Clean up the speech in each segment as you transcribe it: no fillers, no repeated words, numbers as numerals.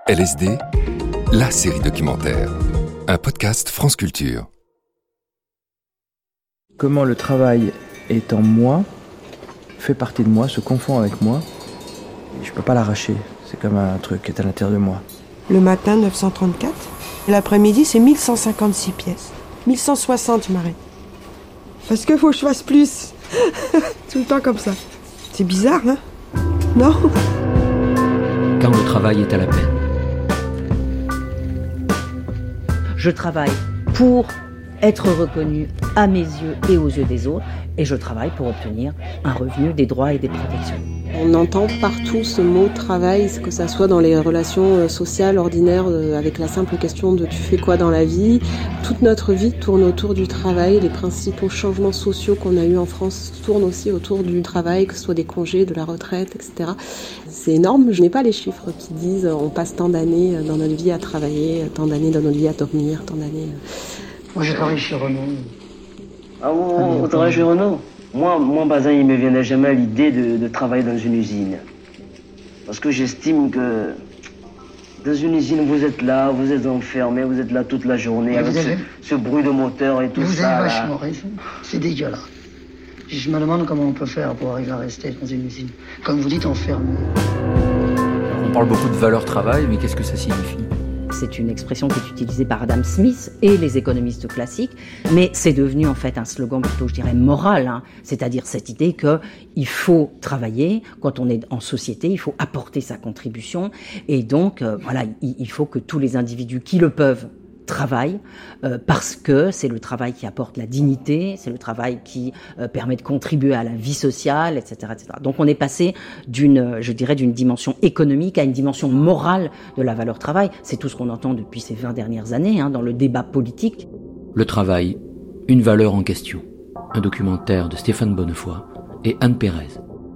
LSD, la série documentaire. Un podcast France Culture. Comment le travail est en moi, fait partie de moi, se confond avec moi. Et je peux pas l'arracher, c'est comme un truc qui est à l'intérieur de moi. Le matin, 934. Et l'après-midi, c'est 1156 pièces. 1160, je m'arrête. Parce qu'il faut que je fasse plus. Tout le temps comme ça. C'est bizarre, hein? Non? Quand le travail est à la peine. Je travaille pour être reconnu à mes yeux et aux yeux des autres, et je travaille pour obtenir un revenu, des droits et des protections. On entend partout ce mot travail, que ça soit dans les relations sociales ordinaires, avec la simple question de tu fais quoi dans la vie. Toute notre vie tourne autour du travail, les principaux changements sociaux qu'on a eus en France tournent aussi autour du travail, que ce soit des congés, de la retraite, etc. C'est énorme, je n'ai pas les chiffres qui disent on passe tant d'années dans notre vie à travailler, tant d'années dans notre vie à dormir, tant d'années... Moi, je travaille chez Renault. Ah bon, vous travaillez chez Renault? Moi, Bazin, il me viendrait jamais à l'idée de travailler dans une usine. Parce que j'estime que dans une usine, vous êtes là, vous êtes enfermé, vous êtes là toute la journée avec ce bruit de moteur et tout ça. Vous avez vachement raison. C'est dégueulasse. Je me demande comment on peut faire pour arriver à rester dans une usine. Comme vous dites, enfermé. On parle beaucoup de valeur travail, mais qu'est-ce que ça signifie ? C'est une expression qui est utilisée par Adam Smith et les économistes classiques, mais c'est devenu en fait un slogan plutôt, je dirais, moral, c'est-à-dire cette idée qu'il faut travailler, quand on est en société, il faut apporter sa contribution, et donc il faut que tous les individus qui le peuvent travaillent, parce que c'est le travail qui apporte la dignité, c'est le travail qui permet de contribuer à la vie sociale, etc., etc. Donc on est passé d'une dimension économique à une dimension morale de la valeur travail. C'est tout ce qu'on entend depuis ces 20 dernières années dans le débat politique. Le travail, une valeur en question. Un documentaire de Stéphane Bonnefoy et Anne Pérez.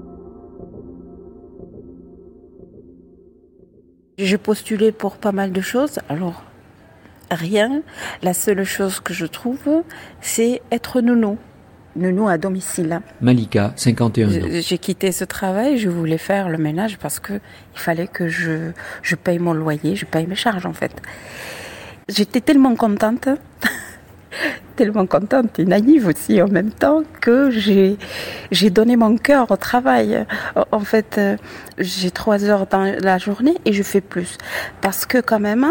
J'ai postulé pour pas mal de choses, alors rien. La seule chose que je trouve, c'est être nounou à domicile. Malika, 51 ans. J'ai quitté ce travail, je voulais faire le ménage parce que il fallait que je paye mon loyer, je paye mes charges en fait. J'étais tellement contente et naïve aussi en même temps, que j'ai donné mon cœur au travail. En fait, j'ai 3 heures dans la journée et je fais plus. Parce que quand même,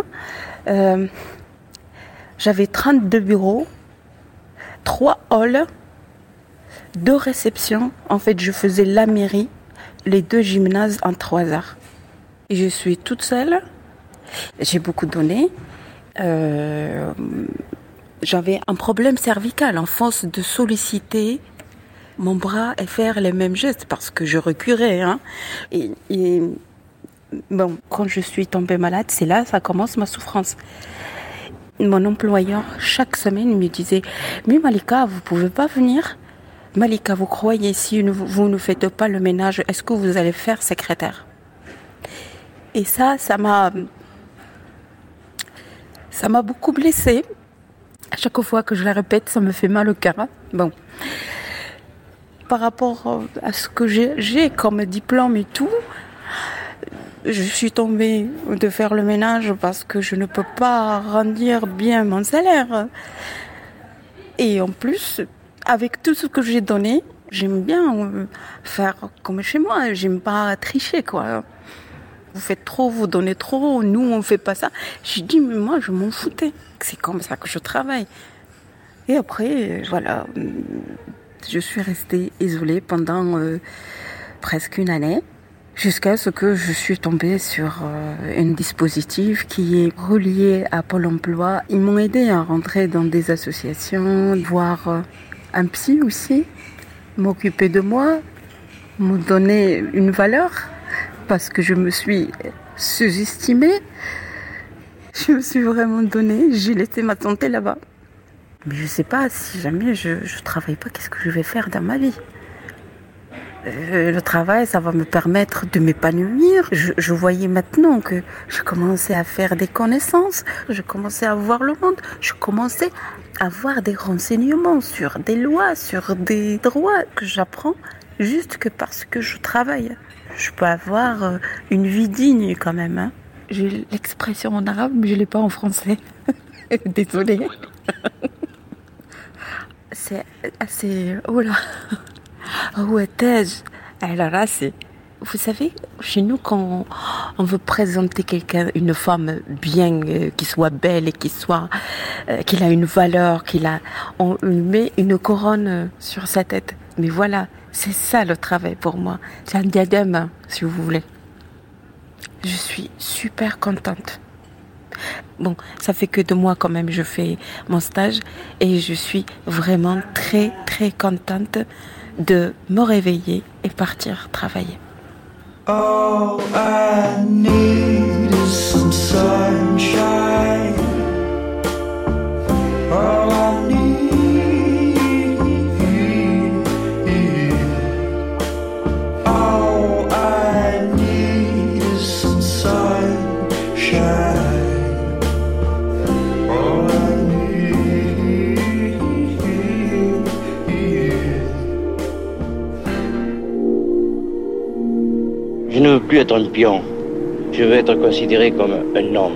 j'avais 32 bureaux, 3 halls, 2 réceptions. En fait, je faisais la mairie, les 2 gymnases en 3 heures. Et je suis toute seule. J'ai beaucoup donné. J'avais un problème cervical, en force de solliciter mon bras et faire les mêmes gestes parce que je recurais. Et bon, quand je suis tombée malade, c'est là ça commence ma souffrance. Mon employeur, chaque semaine, me disait « Mais Malika, vous pouvez pas venir ? Malika, vous croyez si vous ne faites pas le ménage, est-ce que vous allez faire secrétaire ?» Et ça m'a beaucoup blessée. À chaque fois que je la répète, ça me fait mal au cœur. Bon. Par rapport à ce que j'ai comme diplôme et tout, je suis tombée de faire le ménage parce que je ne peux pas rendre bien mon salaire. Et en plus, avec tout ce que j'ai donné, j'aime bien faire comme chez moi. J'aime pas tricher, quoi. Vous faites trop, vous donnez trop, nous on fait pas ça. J'ai dit, mais moi je m'en foutais. C'est comme ça que je travaille. Et après, voilà, je suis restée isolée pendant presque une année. Jusqu'à ce que je suis tombée sur un dispositif qui est relié à Pôle emploi. Ils m'ont aidé à rentrer dans des associations, voir un psy aussi, m'occuper de moi, me donner une valeur, parce que je me suis sous-estimée. Je me suis vraiment donnée, j'ai laissé ma santé là-bas. Mais je ne sais pas, si jamais je ne travaille pas, qu'est-ce que je vais faire dans ma vie ? Le travail, ça va me permettre de m'épanouir. Je voyais maintenant que je commençais à faire des connaissances, je commençais à voir le monde, je commençais à avoir des renseignements sur des lois, sur des droits que j'apprends juste que parce que je travaille. Je peux avoir une vie digne quand même. J'ai l'expression en arabe, mais je ne l'ai pas en français. Désolée. C'est assez... Oh là. Alors là, c'est... Vous savez, chez nous, quand on veut présenter quelqu'un, une femme bien, qui soit belle et qu'il a une valeur, on lui met une couronne sur sa tête. Mais voilà, c'est ça le travail pour moi. C'est un diadème, si vous voulez. Je suis super contente. Bon, ça fait que 2 mois quand même, je fais mon stage et je suis vraiment très, très contente de me réveiller et partir travailler. All I need is some sunshine. All I need, all I need is some sunshine. All I need. Je ne veux plus être un pion. Je veux être considéré comme un homme.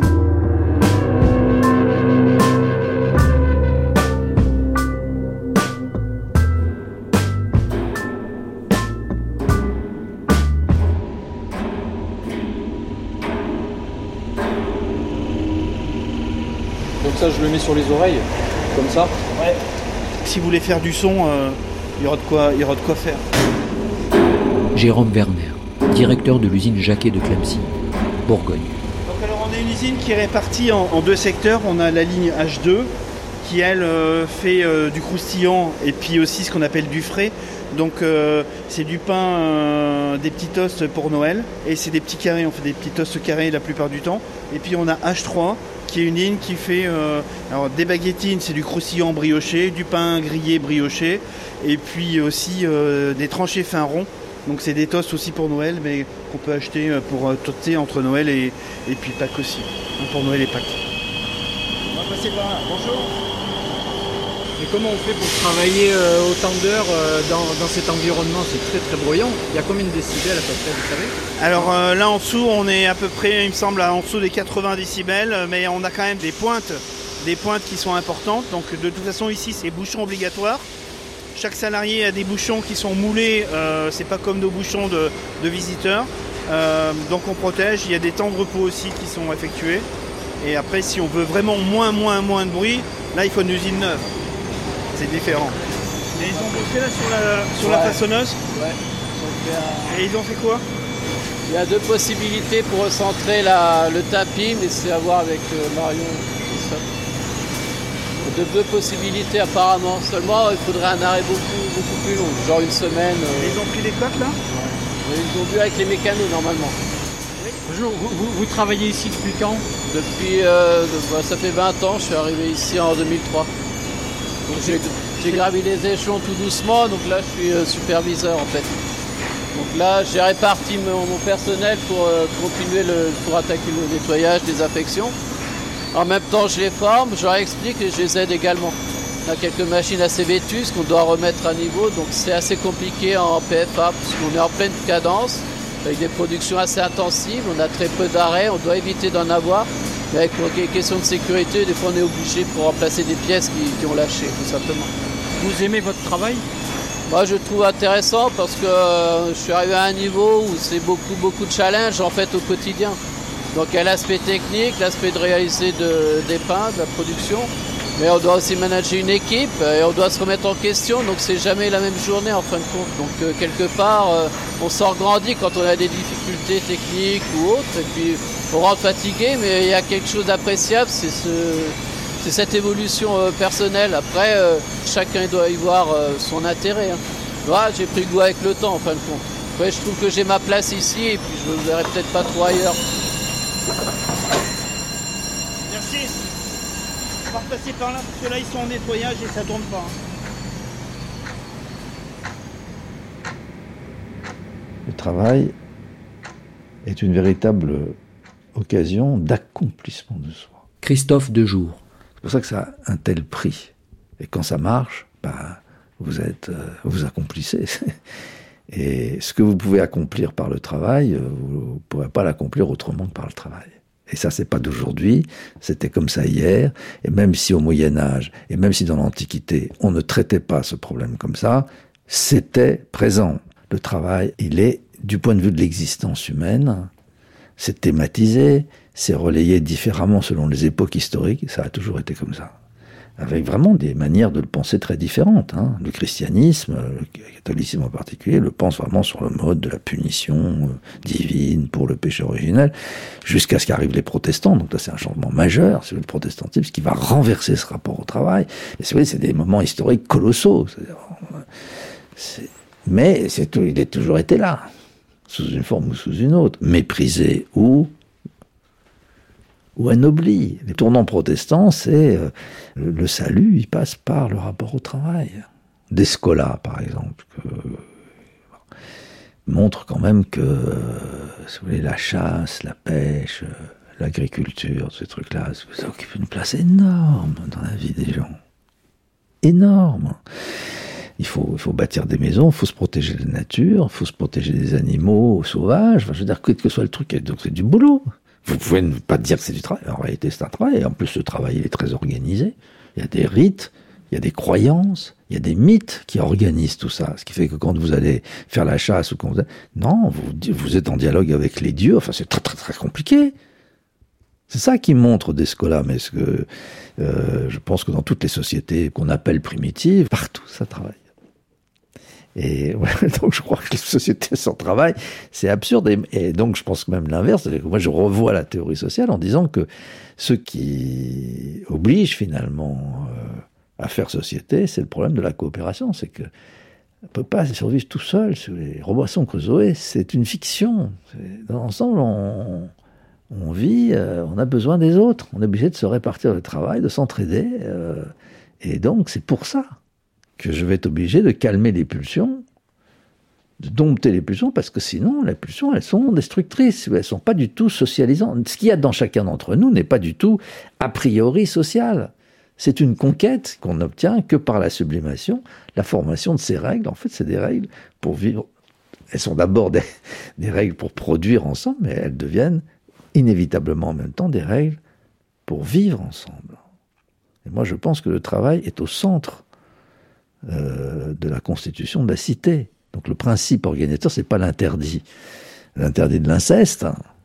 Donc ça, je le mets sur les oreilles, comme ça. Ouais. Si vous voulez faire du son, il y aura de quoi faire. Jérôme Werner, directeur de l'usine Jacquet de Clamecy, Bourgogne. Donc alors on a une usine qui est répartie en 2 secteurs. On a la ligne H2 qui elle fait du croustillant et puis aussi ce qu'on appelle du frais. Donc c'est du pain, des petits toasts pour Noël et c'est des petits carrés. On fait des petits toasts carrés la plupart du temps. Et puis on a H3 qui est une ligne qui fait des baguettines, c'est du croustillant brioché, du pain grillé brioché et puis aussi des tranchés fin rond. Donc c'est des toasts aussi pour Noël, mais qu'on peut acheter pour toaster entre Noël et puis Pâques aussi, pour Noël et Pâques. On va passer par là, bonjour. Et comment on fait pour travailler autant d'heures dans cet environnement? C'est très très bruyant. Il y a combien de décibels à peu près, vous savez? Alors là en dessous, on est à peu près, il me semble, en dessous des 80 décibels, mais on a quand même des pointes qui sont importantes. Donc de toute façon ici c'est bouchon obligatoire. Chaque salarié a des bouchons qui sont moulés, c'est pas comme nos bouchons de visiteurs. Donc on protège, il y a des temps de repos aussi qui sont effectués. Et après si on veut vraiment moins de bruit, là il faut une usine neuve. C'est différent. Et ils ont bossé là sur la façonneuse? Ouais. Et ils ont fait quoi? Il y a 2 possibilités pour recentrer le tapis, mais c'est à voir avec Marion. De 2 possibilités apparemment. Seulement il faudrait un arrêt beaucoup plus long, genre une semaine. Ils ont pris les coques là? Ouais. Ils ont vu avec les mécanos normalement. Bonjour, vous travaillez ici depuis quand? Depuis, ça fait 20 ans, je suis arrivé ici en 2003. Donc j'ai gravi les échelons tout doucement, donc là je suis superviseur en fait. Donc là j'ai réparti mon personnel pour continuer pour attaquer le nettoyage, désinfection. En même temps, je les forme, je leur explique et je les aide également. On a quelques machines assez vétustes qu'on doit remettre à niveau, donc c'est assez compliqué en PFA, parce qu'on est en pleine cadence, avec des productions assez intensives, on a très peu d'arrêts, on doit éviter d'en avoir. Mais avec les questions de sécurité, des fois on est obligé pour remplacer des pièces qui ont lâché, tout simplement. Vous aimez votre travail? Moi je trouve intéressant parce que je suis arrivé à un niveau où c'est beaucoup de challenges en fait au quotidien. Donc il y a l'aspect technique, l'aspect de réaliser des pains, de la production, mais on doit aussi manager une équipe et on doit se remettre en question, donc c'est jamais la même journée en fin de compte. Donc quelque part, on s'en grandit quand on a des difficultés techniques ou autres, et puis on rentre fatigué, mais il y a quelque chose d'appréciable, c'est cette évolution personnelle. Après, chacun doit y voir son intérêt. Voilà, j'ai pris goût avec le temps en fin de compte. Après, je trouve que j'ai ma place ici et puis je ne me verrai peut-être pas trop ailleurs. Merci. On va repasser par là parce que là ils sont en nettoyage et ça tourne pas. Le travail est une véritable occasion d'accomplissement de soi. Christophe Dejour. C'est pour ça que ça a un tel prix. Et quand ça marche, vous accomplissez. Et ce que vous pouvez accomplir par le travail, vous ne pourrez pas l'accomplir autrement que par le travail. Et ça, c'est pas d'aujourd'hui, c'était comme ça hier. Et même si au Moyen-Âge, et même si dans l'Antiquité, on ne traitait pas ce problème comme ça, c'était présent. Le travail, il est, du point de vue de l'existence humaine, c'est thématisé, c'est relayé différemment selon les époques historiques, ça a toujours été comme ça. Avec vraiment des manières de le penser très différentes. Le christianisme, le catholicisme en particulier, le pense vraiment sur le mode de la punition divine pour le péché originel, jusqu'à ce qu'arrivent les protestants. Donc là, c'est un changement majeur, c'est le protestantisme qui va renverser ce rapport au travail. Et c'est des moments historiques colossaux. Mais il a toujours été là, sous une forme ou sous une autre, méprisé ou anobli. Les tournants protestants, c'est le salut, il passe par le rapport au travail. Descola, par exemple, montre quand même que, si vous voulez, la chasse, la pêche, l'agriculture, ces trucs-là, ça occupe une place énorme dans la vie des gens. Énorme. Il faut bâtir des maisons, il faut se protéger de la nature, il faut se protéger des animaux sauvages. Enfin, je veux dire, quel que soit le truc, donc c'est du boulot. Vous pouvez ne pas dire que c'est du travail. En réalité, c'est un travail. Et en plus, ce travail, il est très organisé. Il y a des rites, il y a des croyances, il y a des mythes qui organisent tout ça. Ce qui fait que quand vous allez faire la chasse ou quand vous êtes en dialogue avec les dieux. Enfin, c'est très, très, très compliqué. C'est ça qui montre Descola. Mais je pense que dans toutes les sociétés qu'on appelle primitives, partout, ça travaille. Et voilà, donc je crois que les sociétés sans travail, c'est absurde. Et donc je pense que même l'inverse, moi je revois la théorie sociale en disant que ce qui oblige finalement à faire société, c'est le problème de la coopération. C'est que on ne peut pas survivre tout seul. Les Robinson Crusoe, c'est une fiction. Ensemble, on vit, on a besoin des autres. On est obligé de se répartir le travail, de s'entraider. Et donc c'est pour ça que je vais être obligé de calmer les pulsions, de dompter les pulsions, parce que sinon, les pulsions, elles sont destructrices, elles ne sont pas du tout socialisantes. Ce qu'il y a dans chacun d'entre nous n'est pas du tout a priori social. C'est une conquête qu'on n'obtient que par la sublimation, la formation de ces règles. En fait, c'est des règles pour vivre. Elles sont d'abord des règles pour produire ensemble, mais elles deviennent inévitablement en même temps des règles pour vivre ensemble. Et moi, je pense que le travail est au centre de la constitution de la cité. Donc le principe organisateur, c'est pas l'interdit de l'inceste.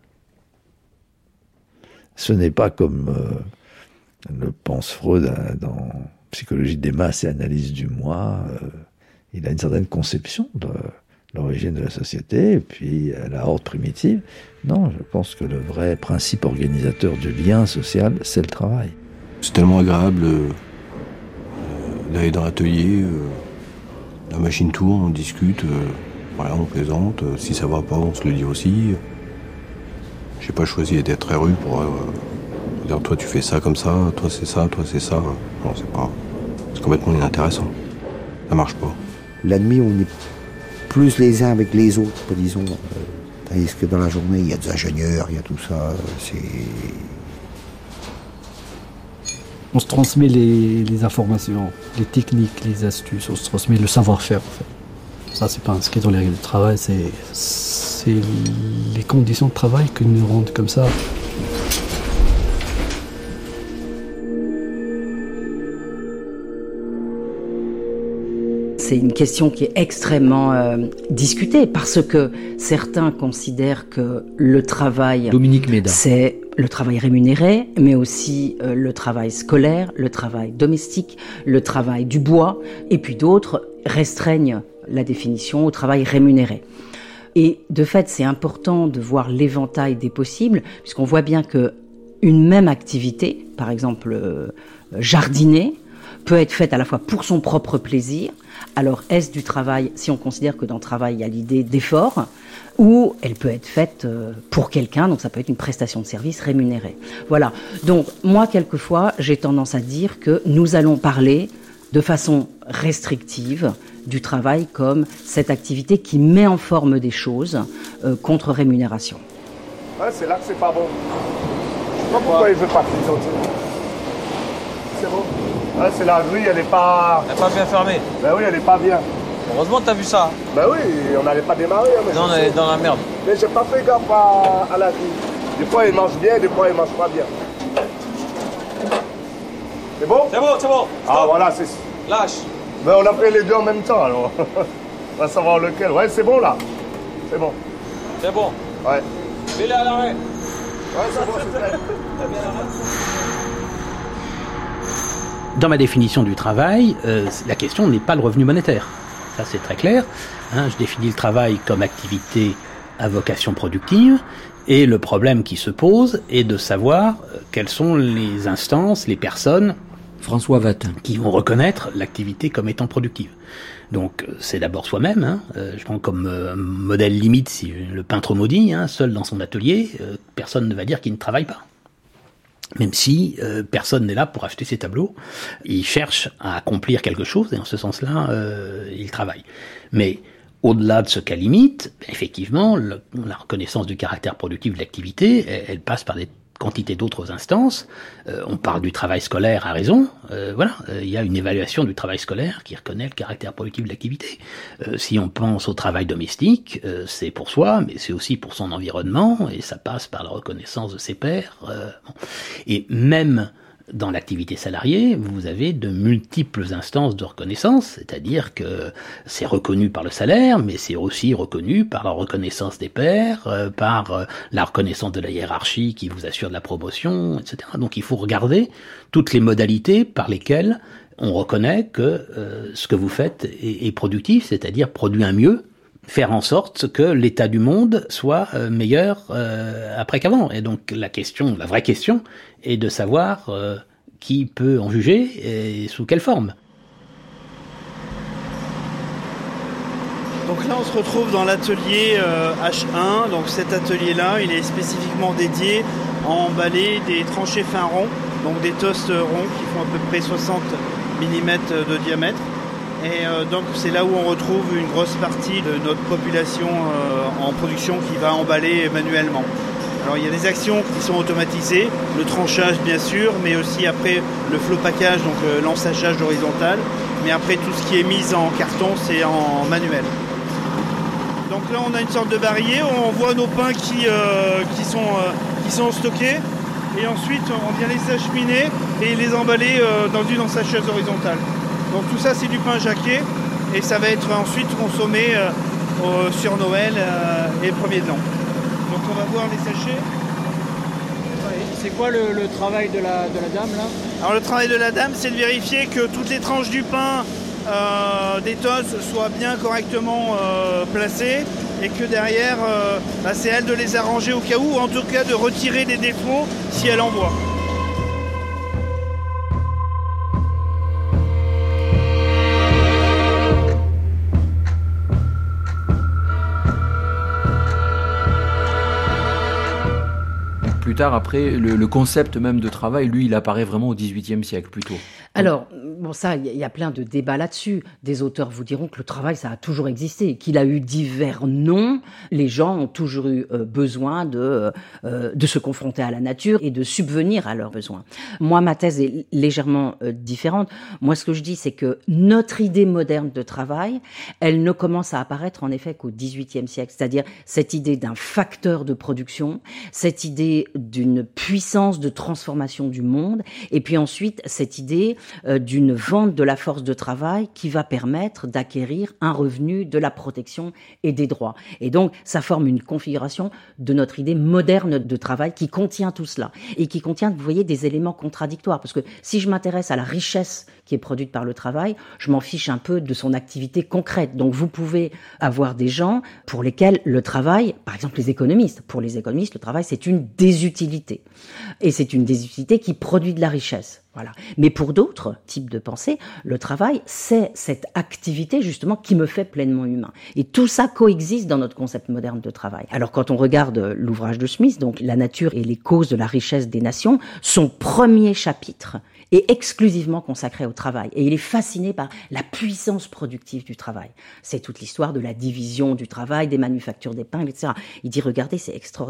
Ce n'est pas comme le pense Freud dans Psychologie des masses et analyse du moi. Il a une certaine conception de l'origine de la société, et puis la horde primitive. Non, je pense que le vrai principe organisateur du lien social, c'est le travail. C'est tellement agréable d'aller dans l'atelier, la machine tourne, on discute, voilà, on plaisante. Si ça va pas, on se le dit aussi. J'ai pas choisi d'être très rude pour dire toi tu fais ça comme ça, toi c'est ça, toi c'est ça. Non, c'est complètement inintéressant. Ça marche pas. La nuit, on est plus les uns avec les autres, disons. Tandis que dans la journée, il y a des ingénieurs, il y a tout ça. On se transmet les informations, les techniques, les astuces, on se transmet le savoir-faire en fait. Ça, c'est pas inscrit dans les règles de travail, c'est les conditions de travail qui nous rendent comme ça. C'est une question qui est extrêmement discutée parce que certains considèrent que le travail, Dominique Méda, c'est le travail rémunéré, mais aussi le travail scolaire, le travail domestique, le travail du bois, et puis d'autres restreignent la définition au travail rémunéré. Et de fait, c'est important de voir l'éventail des possibles, puisqu'on voit bien que une même activité, par exemple jardiner, peut être faite à la fois pour son propre plaisir. Alors, est-ce du travail, si on considère que dans le travail, il y a l'idée d'effort, ou elle peut être faite pour quelqu'un, donc ça peut être une prestation de service rémunérée. Voilà. Donc, moi, quelquefois, j'ai tendance à dire que nous allons parler de façon restrictive du travail comme cette activité qui met en forme des choses contre rémunération. Ouais, c'est là que c'est pas bon. Je sais pas pourquoi il veut pas clignoter. C'est bon. Ouais, c'est la grille, elle est pas bien fermée. Ben oui, elle est pas bien. Heureusement que t'as vu ça. Ben oui, on n'allait pas démarrer. Hein, non, on est dans la merde. Mais j'ai pas fait gaffe à la vie. Des fois, il mange bien, des fois, il mange pas bien. C'est bon? C'est bon. Stop. Ah, voilà, c'est... Lâche. Ben, on a fait les deux en même temps, alors. On va savoir lequel. Ouais, c'est bon, là. C'est bon. C'est bon. Ouais. Mets-le à l'arrêt. Ouais, c'est bon, c'est prêt. Dans ma définition du travail, la question n'est pas le revenu monétaire. Ça, c'est très clair. Je définis le travail comme activité à vocation productive. Et le problème qui se pose est de savoir quelles sont les instances, les personnes, François Vatin, qui vont reconnaître l'activité comme étant productive. Donc c'est d'abord soi-même. Je prends comme modèle limite si le peintre maudit, seul dans son atelier, personne ne va dire qu'il ne travaille pas. Même si personne n'est là pour acheter ses tableaux, il cherche à accomplir quelque chose et en ce sens-là, il travaille. Mais au-delà de ce cas limite, effectivement, la reconnaissance du caractère productif de l'activité, elle passe par des quantités d'autres instances. On parle du travail scolaire à raison. Il y a une évaluation du travail scolaire qui reconnaît le caractère productif de l'activité. Si on pense au travail domestique, c'est pour soi, mais c'est aussi pour son environnement, et ça passe par la reconnaissance de ses pairs. Et même dans l'activité salariée, vous avez de multiples instances de reconnaissance, c'est-à-dire que c'est reconnu par le salaire, mais c'est aussi reconnu par la reconnaissance des pairs, par la reconnaissance de la hiérarchie qui vous assure de la promotion, etc. Donc il faut regarder toutes les modalités par lesquelles on reconnaît que ce que vous faites est productif, c'est-à-dire produit un mieux, faire en sorte que l'état du monde soit meilleur après qu'avant. Et donc la vraie question est de savoir qui peut en juger et sous quelle forme. Donc là on se retrouve dans l'atelier H1, donc cet atelier-là il est spécifiquement dédié à emballer des tranchées fin rond, donc des toasts ronds qui font à peu près 60 mm de diamètre. Et donc c'est là où on retrouve une grosse partie de notre population en production qui va emballer manuellement. Alors il y a des actions qui sont automatisées, le tranchage bien sûr, mais aussi après le flopacage, donc l'ensachage horizontal. Mais après tout ce qui est mis en carton, c'est en manuel. Donc là on a une sorte de barillet où on voit nos pains qui sont stockés. Et ensuite on vient les acheminer et les emballer dans une ensacheuse horizontale. Donc tout ça c'est du pain jaqué et ça va être ensuite consommé sur Noël et le 1er de l'an. Donc on va voir les sachets. C'est quoi le travail de la dame là? Alors le travail de la dame c'est de vérifier que toutes les tranches du pain des toasts soient bien correctement placées et que derrière c'est elle de les arranger au cas où, ou en tout cas de retirer des défauts si elle en voit. Plus tard, après, le concept même de travail, lui, il apparaît vraiment au XVIIIe siècle plutôt. Alors, bon, ça, il y a plein de débats là-dessus. Des auteurs vous diront que le travail, ça a toujours existé, qu'il a eu divers noms. Les gens ont toujours eu besoin de se confronter à la nature et de subvenir à leurs besoins. Moi, ma thèse est légèrement différente. Moi, ce que je dis, c'est que notre idée moderne de travail, elle ne commence à apparaître en effet qu'au XVIIIe siècle. C'est-à-dire cette idée d'un facteur de production, cette idée d'une puissance de transformation du monde, et puis ensuite cette idée d'une vente de la force de travail qui va permettre d'acquérir un revenu, de la protection et des droits. Et donc ça forme une configuration de notre idée moderne de travail qui contient tout cela, et qui contient, vous voyez, des éléments contradictoires, parce que si je m'intéresse à la richesse qui est produite par le travail, je m'en fiche un peu de son activité concrète. Donc vous pouvez avoir des gens pour lesquels le travail, par exemple les économistes, pour les économistes, le travail c'est une désutilité. Et c'est une désutilité qui produit de la richesse. Voilà. Mais pour d'autres types de pensée, le travail, c'est cette activité justement qui me fait pleinement humain. Et tout ça coexiste dans notre concept moderne de travail. Alors quand on regarde l'ouvrage de Smith, donc La nature et les causes de la richesse des nations, son premier chapitre est exclusivement consacré au travail. Et il est fasciné par la puissance productive du travail. C'est toute l'histoire de la division du travail, des manufactures des pains, etc. Il dit, regardez, c'est extraordinaire.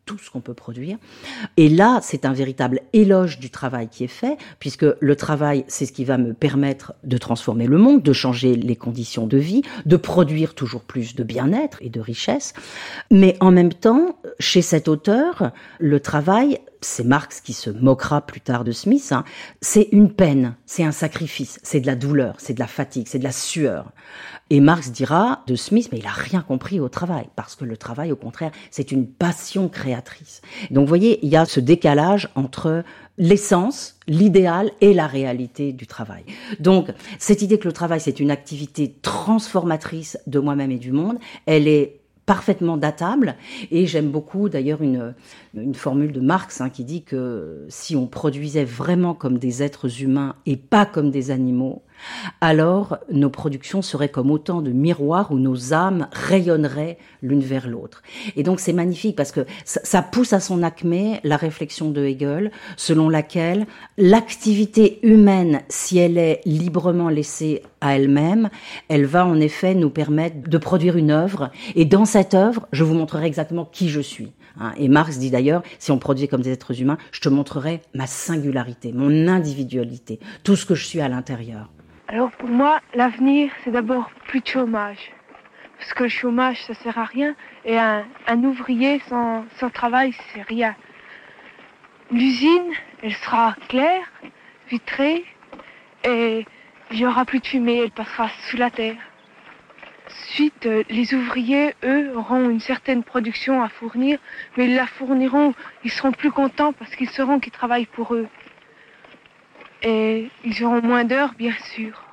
tout ce qu'on peut produire. Et là, c'est un véritable éloge du travail qui est fait, puisque le travail, c'est ce qui va me permettre de transformer le monde, de changer les conditions de vie, de produire toujours plus de bien-être et de richesse. Mais en même temps, chez cet auteur, le travail, c'est Marx qui se moquera plus tard de Smith, c'est une peine, c'est un sacrifice, c'est de la douleur, c'est de la fatigue, c'est de la sueur. Et Marx dira de Smith, mais il a rien compris au travail, parce que le travail, au contraire, c'est une passion créatrice. Donc, vous voyez, il y a ce décalage entre l'essence, l'idéal et la réalité du travail. Donc, cette idée que le travail, c'est une activité transformatrice de moi-même et du monde, elle est parfaitement datable, et j'aime beaucoup d'ailleurs une formule de Marx qui dit que si on produisait vraiment comme des êtres humains et pas comme des animaux, alors nos productions seraient comme autant de miroirs où nos âmes rayonneraient l'une vers l'autre. Et donc c'est magnifique parce que ça pousse à son acmé la réflexion de Hegel, selon laquelle l'activité humaine, si elle est librement laissée à elle-même, elle va en effet nous permettre de produire une œuvre, et dans cette œuvre, je vous montrerai exactement qui je suis. Et Marx dit d'ailleurs, si on produit comme des êtres humains, je te montrerai ma singularité, mon individualité, tout ce que je suis à l'intérieur. Alors pour moi, l'avenir, c'est d'abord plus de chômage. Parce que le chômage, ça sert à rien. Et un ouvrier sans travail, c'est rien. L'usine, elle sera claire, vitrée, et il n'y aura plus de fumée, elle passera sous la terre. Ensuite, les ouvriers, eux, auront une certaine production à fournir, mais ils la fourniront, ils seront plus contents parce qu'ils sauront qu'ils travaillent pour eux. Et ils auront moins d'heures, bien sûr.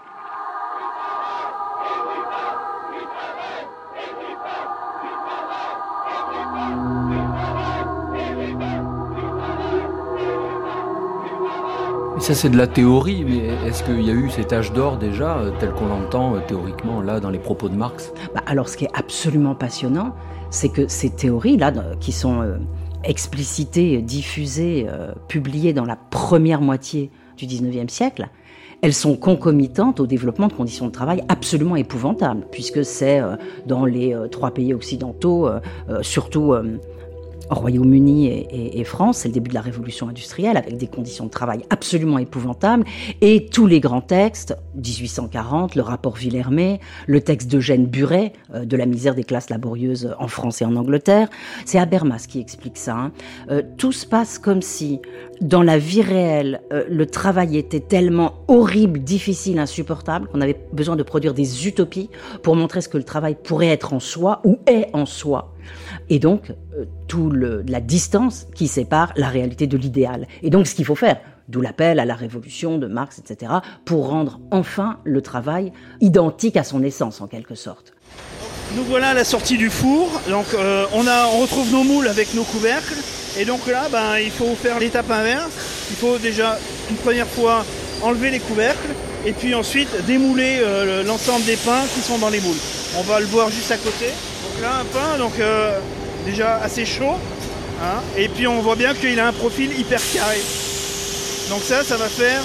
Et ça, c'est de la théorie, mais est-ce qu'il y a eu cet âge d'or déjà, tel qu'on l'entend théoriquement là dans les propos de Marx ? Alors, ce qui est absolument passionnant, c'est que ces théories-là, qui sont explicitées, diffusées, publiées dans la première moitié du XIXe siècle, elles sont concomitantes au développement de conditions de travail absolument épouvantables, puisque c'est dans les 3 pays occidentaux, surtout Royaume-Uni et France, c'est le début de la révolution industrielle, avec des conditions de travail absolument épouvantables, et tous les grands textes, 1840, le rapport Villermé, le texte d'Eugène Buret, de la misère des classes laborieuses en France et en Angleterre, c'est Habermas qui explique ça. Tout se passe comme si, dans la vie réelle, le travail était tellement horrible, difficile, insupportable, qu'on avait besoin de produire des utopies pour montrer ce que le travail pourrait être en soi, ou est en soi. Et donc, la distance qui sépare la réalité de l'idéal. Et donc, ce qu'il faut faire, d'où l'appel à la révolution de Marx, etc., pour rendre enfin le travail identique à son essence, en quelque sorte. Nous voilà à la sortie du four. Donc, on retrouve nos moules avec nos couvercles. Et donc là, il faut faire l'étape inverse. Il faut déjà, une première fois, enlever les couvercles. Et puis ensuite, démouler l'ensemble des pains qui sont dans les moules. On va le voir juste à côté. Donc là, un pain, déjà assez chaud. Et puis on voit bien qu'il a un profil hyper carré. Donc ça va faire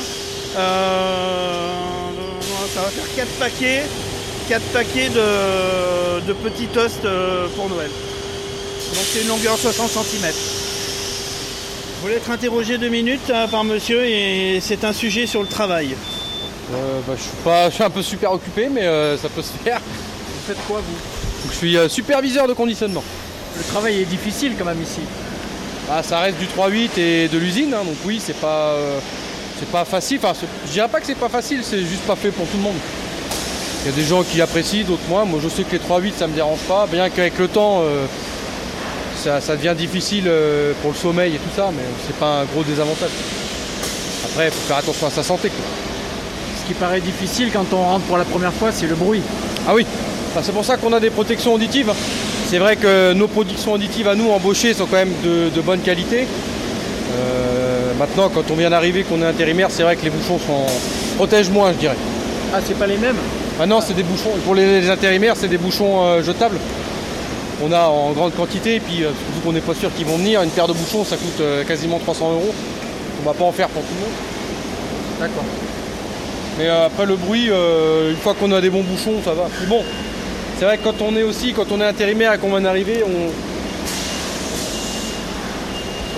4 paquets de petits toasts pour Noël. Donc c'est une longueur 60 cm. Je voulais être interrogé 2 minutes par monsieur, et c'est un sujet sur le travail. Je suis un peu super occupé, mais ça peut se faire. Vous faites quoi, vous ? Donc, je suis superviseur de conditionnement. Le travail est difficile quand même ici. Ça reste du 3-8 et de l'usine, donc oui, c'est pas facile. Je dirais pas que c'est pas facile, c'est juste pas fait pour tout le monde. Il y a des gens qui apprécient, d'autres moins. Moi, je sais que les 3-8, ça me dérange pas, bien qu'avec le temps, ça devient difficile pour le sommeil et tout ça, mais c'est pas un gros désavantage. Après, il faut faire attention à sa santé, quoi. Ce qui paraît difficile quand on rentre pour la première fois, c'est le bruit. Ah oui, c'est pour ça qu'on a des protections auditives. C'est vrai que nos protections auditives à nous, embauchées, sont quand même de bonne qualité. Maintenant, quand on vient d'arriver, qu'on est intérimaire, c'est vrai que les bouchons protègent moins, je dirais. Ah, c'est pas les mêmes ? Ah non, c'est des bouchons. Pour les intérimaires, c'est des bouchons jetables. On a en grande quantité, et puis vu qu'on n'est pas sûr qu'ils vont venir, une paire de bouchons, ça coûte quasiment 300 €. On va pas en faire pour tout le monde. D'accord. Mais après le bruit, une fois qu'on a des bons bouchons, ça va. Mais bon, c'est vrai que quand on est intérimaire et qu'on vient d'arriver,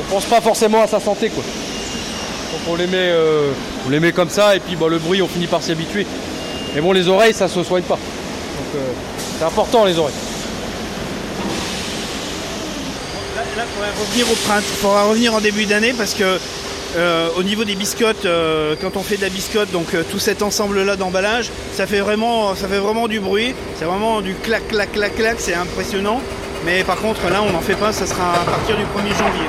on pense pas forcément à sa santé, quoi. Donc on les met comme ça, et puis le bruit, on finit par s'y habituer. Mais bon, les oreilles, ça se soigne pas. Donc c'est important, les oreilles. Là, il faudra revenir en début d'année parce que au niveau des biscottes, quand on fait de la biscotte, donc tout cet ensemble-là d'emballage, ça fait vraiment du bruit. C'est vraiment du clac, clac, clac, clac. C'est impressionnant. Mais par contre, là, on n'en fait pas. Ça sera à partir du 1er janvier.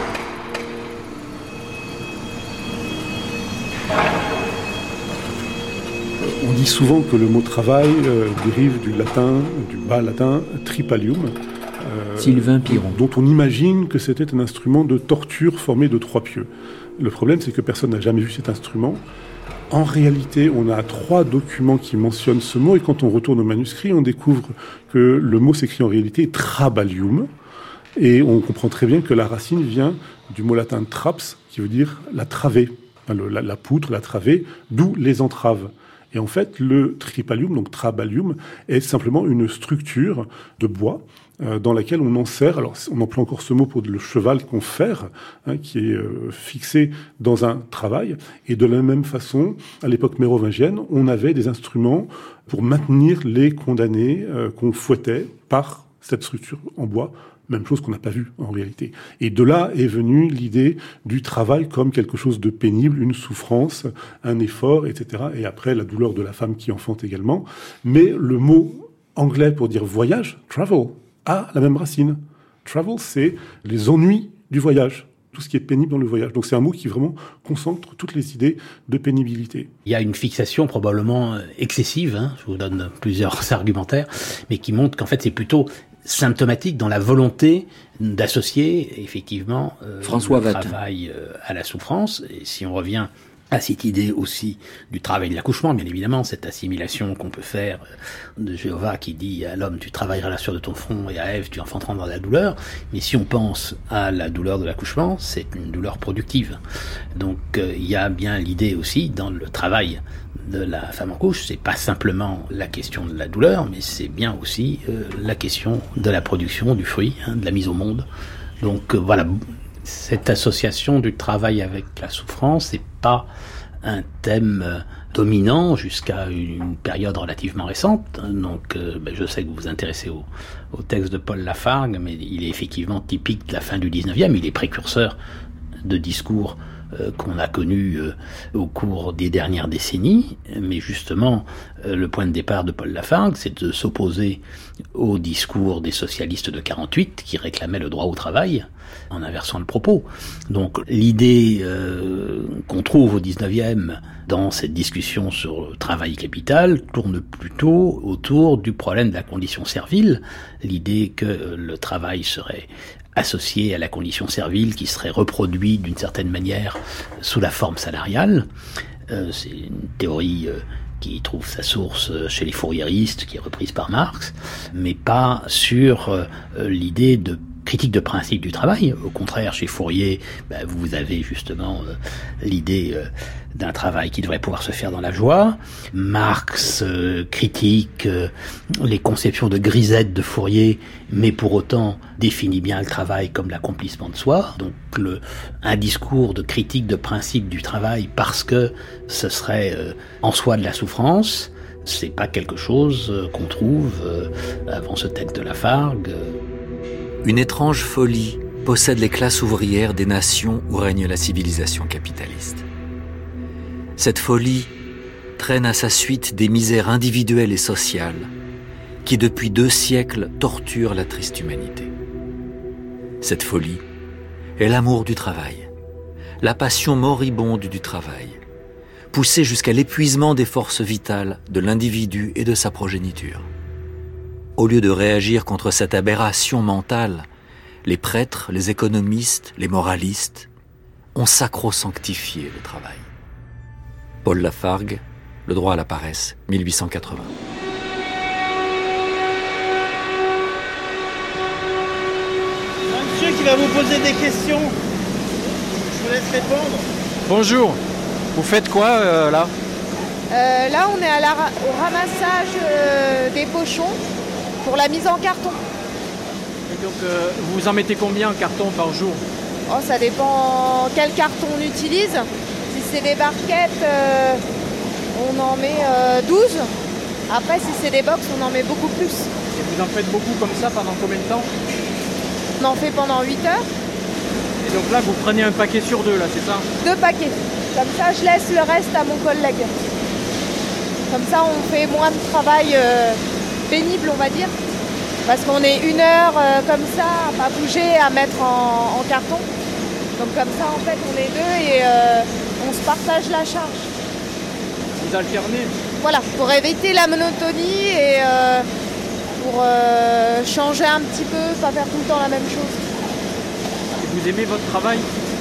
On dit souvent que le mot travail dérive du bas latin tripalium, Sylvain Piron, dont on imagine que c'était un instrument de torture formé de 3 pieux. Le problème, c'est que personne n'a jamais vu cet instrument. En réalité, on a 3 documents qui mentionnent ce mot, et quand on retourne au manuscrit, on découvre que le mot s'écrit en réalité trabalium, et on comprend très bien que la racine vient du mot latin traps, qui veut dire la travée, la poutre, la travée, d'où les entraves. Et en fait, le tripalium, donc trabalium, est simplement une structure de bois dans laquelle on enserre, alors on emploie encore ce mot pour le cheval qu'on ferre, qui est fixé dans un travail. Et de la même façon, à l'époque mérovingienne, on avait des instruments pour maintenir les condamnés qu'on fouettait par cette structure en bois. Même chose qu'on n'a pas vu en réalité. Et de là est venue l'idée du travail comme quelque chose de pénible, une souffrance, un effort, etc. Et après, la douleur de la femme qui enfante également. Mais le mot anglais pour dire voyage, travel, a la même racine. Travel, c'est les ennuis du voyage. Tout ce qui est pénible dans le voyage. Donc c'est un mot qui vraiment concentre toutes les idées de pénibilité. Il y a une fixation probablement excessive, je vous donne plusieurs argumentaires, mais qui montre qu'en fait c'est plutôt symptomatique dans la volonté d'associer effectivement François le travail à la souffrance. Et si on revient à cette idée aussi du travail de l'accouchement, bien évidemment, cette assimilation qu'on peut faire de Jéhovah qui dit à l'homme tu travailleras la sueur de ton front et à Ève tu enfanteras dans la douleur. Mais si on pense à la douleur de l'accouchement, c'est une douleur productive. Donc il y a bien l'idée aussi dans le travail de la femme en couche, c'est pas simplement la question de la douleur, mais c'est bien aussi la question de la production du fruit, de la mise au monde. Donc voilà, cette association du travail avec la souffrance n'est pas un thème dominant jusqu'à une période relativement récente. Donc je sais que vous vous intéressez au texte de Paul Lafargue, mais il est effectivement typique de la fin du 19e, il est précurseur de discours qu'on a connu au cours des dernières décennies, mais justement le point de départ de Paul Lafargue, c'est de s'opposer au discours des socialistes de 48 qui réclamaient le droit au travail en inversant le propos. Donc l'idée qu'on trouve au 19e dans cette discussion sur le travail et capital tourne plutôt autour du problème de la condition servile, l'idée que le travail serait associé à la condition servile qui serait reproduite d'une certaine manière sous la forme salariale. C'est une théorie qui trouve sa source chez les fourriéristes, qui est reprise par Marx, mais pas sur l'idée de critique de principe du travail. Au contraire, chez Fourier, vous avez justement l'idée d'un travail qui devrait pouvoir se faire dans la joie. Marx critique les conceptions de grisette de Fourier, mais pour autant définit bien le travail comme l'accomplissement de soi. Donc un discours de critique de principe du travail parce que ce serait en soi de la souffrance, c'est pas quelque chose qu'on trouve avant ce texte de Lafargue. Une étrange folie possède les classes ouvrières des nations où règne la civilisation capitaliste. Cette folie traîne à sa suite des misères individuelles et sociales qui, depuis 2 siècles, torturent la triste humanité. Cette folie est l'amour du travail, la passion moribonde du travail, poussée jusqu'à l'épuisement des forces vitales de l'individu et de sa progéniture. Au lieu de réagir contre cette aberration mentale, les prêtres, les économistes, les moralistes ont sacro-sanctifié le travail. Paul Lafargue, Le droit à la paresse, 1880. Un monsieur qui va vous poser des questions. Je vous laisse répondre. Bonjour, vous faites quoi là Là, on est au ramassage des pochons pour la mise en carton. Et donc, vous en mettez combien en carton par jour? Oh, ça dépend quel carton on utilise. Si c'est des barquettes, on en met 12. Après, si c'est des box, on en met beaucoup plus. Et vous en faites beaucoup comme ça pendant combien de temps? On en fait pendant 8 heures. Et donc là, vous prenez un paquet sur 2, là, c'est ça? 2 paquets. Comme ça, je laisse le reste à mon collègue. Comme ça, on fait moins de travail pénible, on va dire. Parce qu'on est 1 heure comme ça, à pas bouger, à mettre en carton. Donc comme ça, en fait, on est 2 et on se partage la charge. Vous alternez? Voilà, pour éviter la monotonie et pour changer un petit peu, pas faire tout le temps la même chose. Et vous aimez votre travail?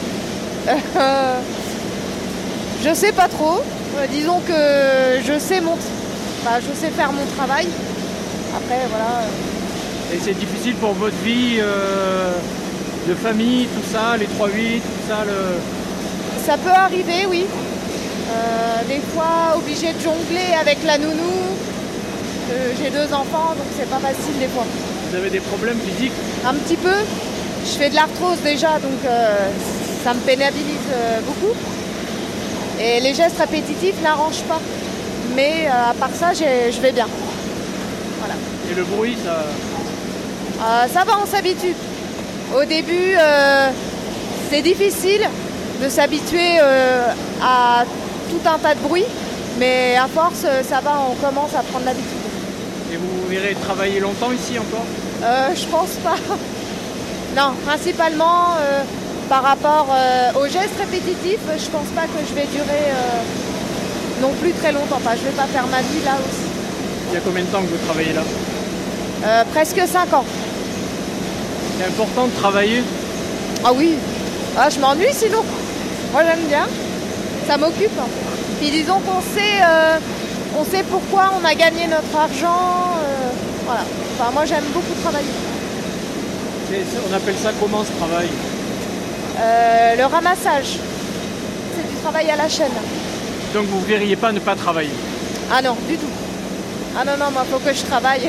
Je sais pas trop. Disons que je sais faire mon travail. Après, voilà. Et c'est difficile pour votre vie de famille, tout ça, les 3-8, tout ça Ça peut arriver, oui. Des fois, obligé de jongler avec la nounou. J'ai 2 enfants, donc c'est pas facile des fois. Vous avez des problèmes physiques? Un petit peu. Je fais de l'arthrose déjà, donc ça me pénalise beaucoup. Et les gestes répétitifs n'arrangent pas. Mais à part ça, je vais bien. Voilà. Et le bruit, ça... Ça va, on s'habitue. Au début, c'est difficile de s'habituer à tout un tas de bruit. Mais à force, ça va, on commence à prendre l'habitude. Et vous irez travailler longtemps ici encore? Je pense pas. Non, principalement par rapport aux gestes répétitifs, je pense pas que je vais durer non plus très longtemps. Enfin, je vais pas faire ma vie là aussi. Il y a combien de temps que vous travaillez là? Presque 5 ans. C'est important de travailler? Ah oui. Ah, je m'ennuie sinon. Moi j'aime bien. Ça m'occupe. Puis disons qu'on sait pourquoi on a gagné notre argent. Voilà. Enfin, moi j'aime beaucoup travailler. On appelle ça comment ce travail? Le ramassage. C'est du travail à la chaîne. Donc vous ne verriez pas ne pas travailler? Ah non, du tout. Ah non, moi faut que je travaille.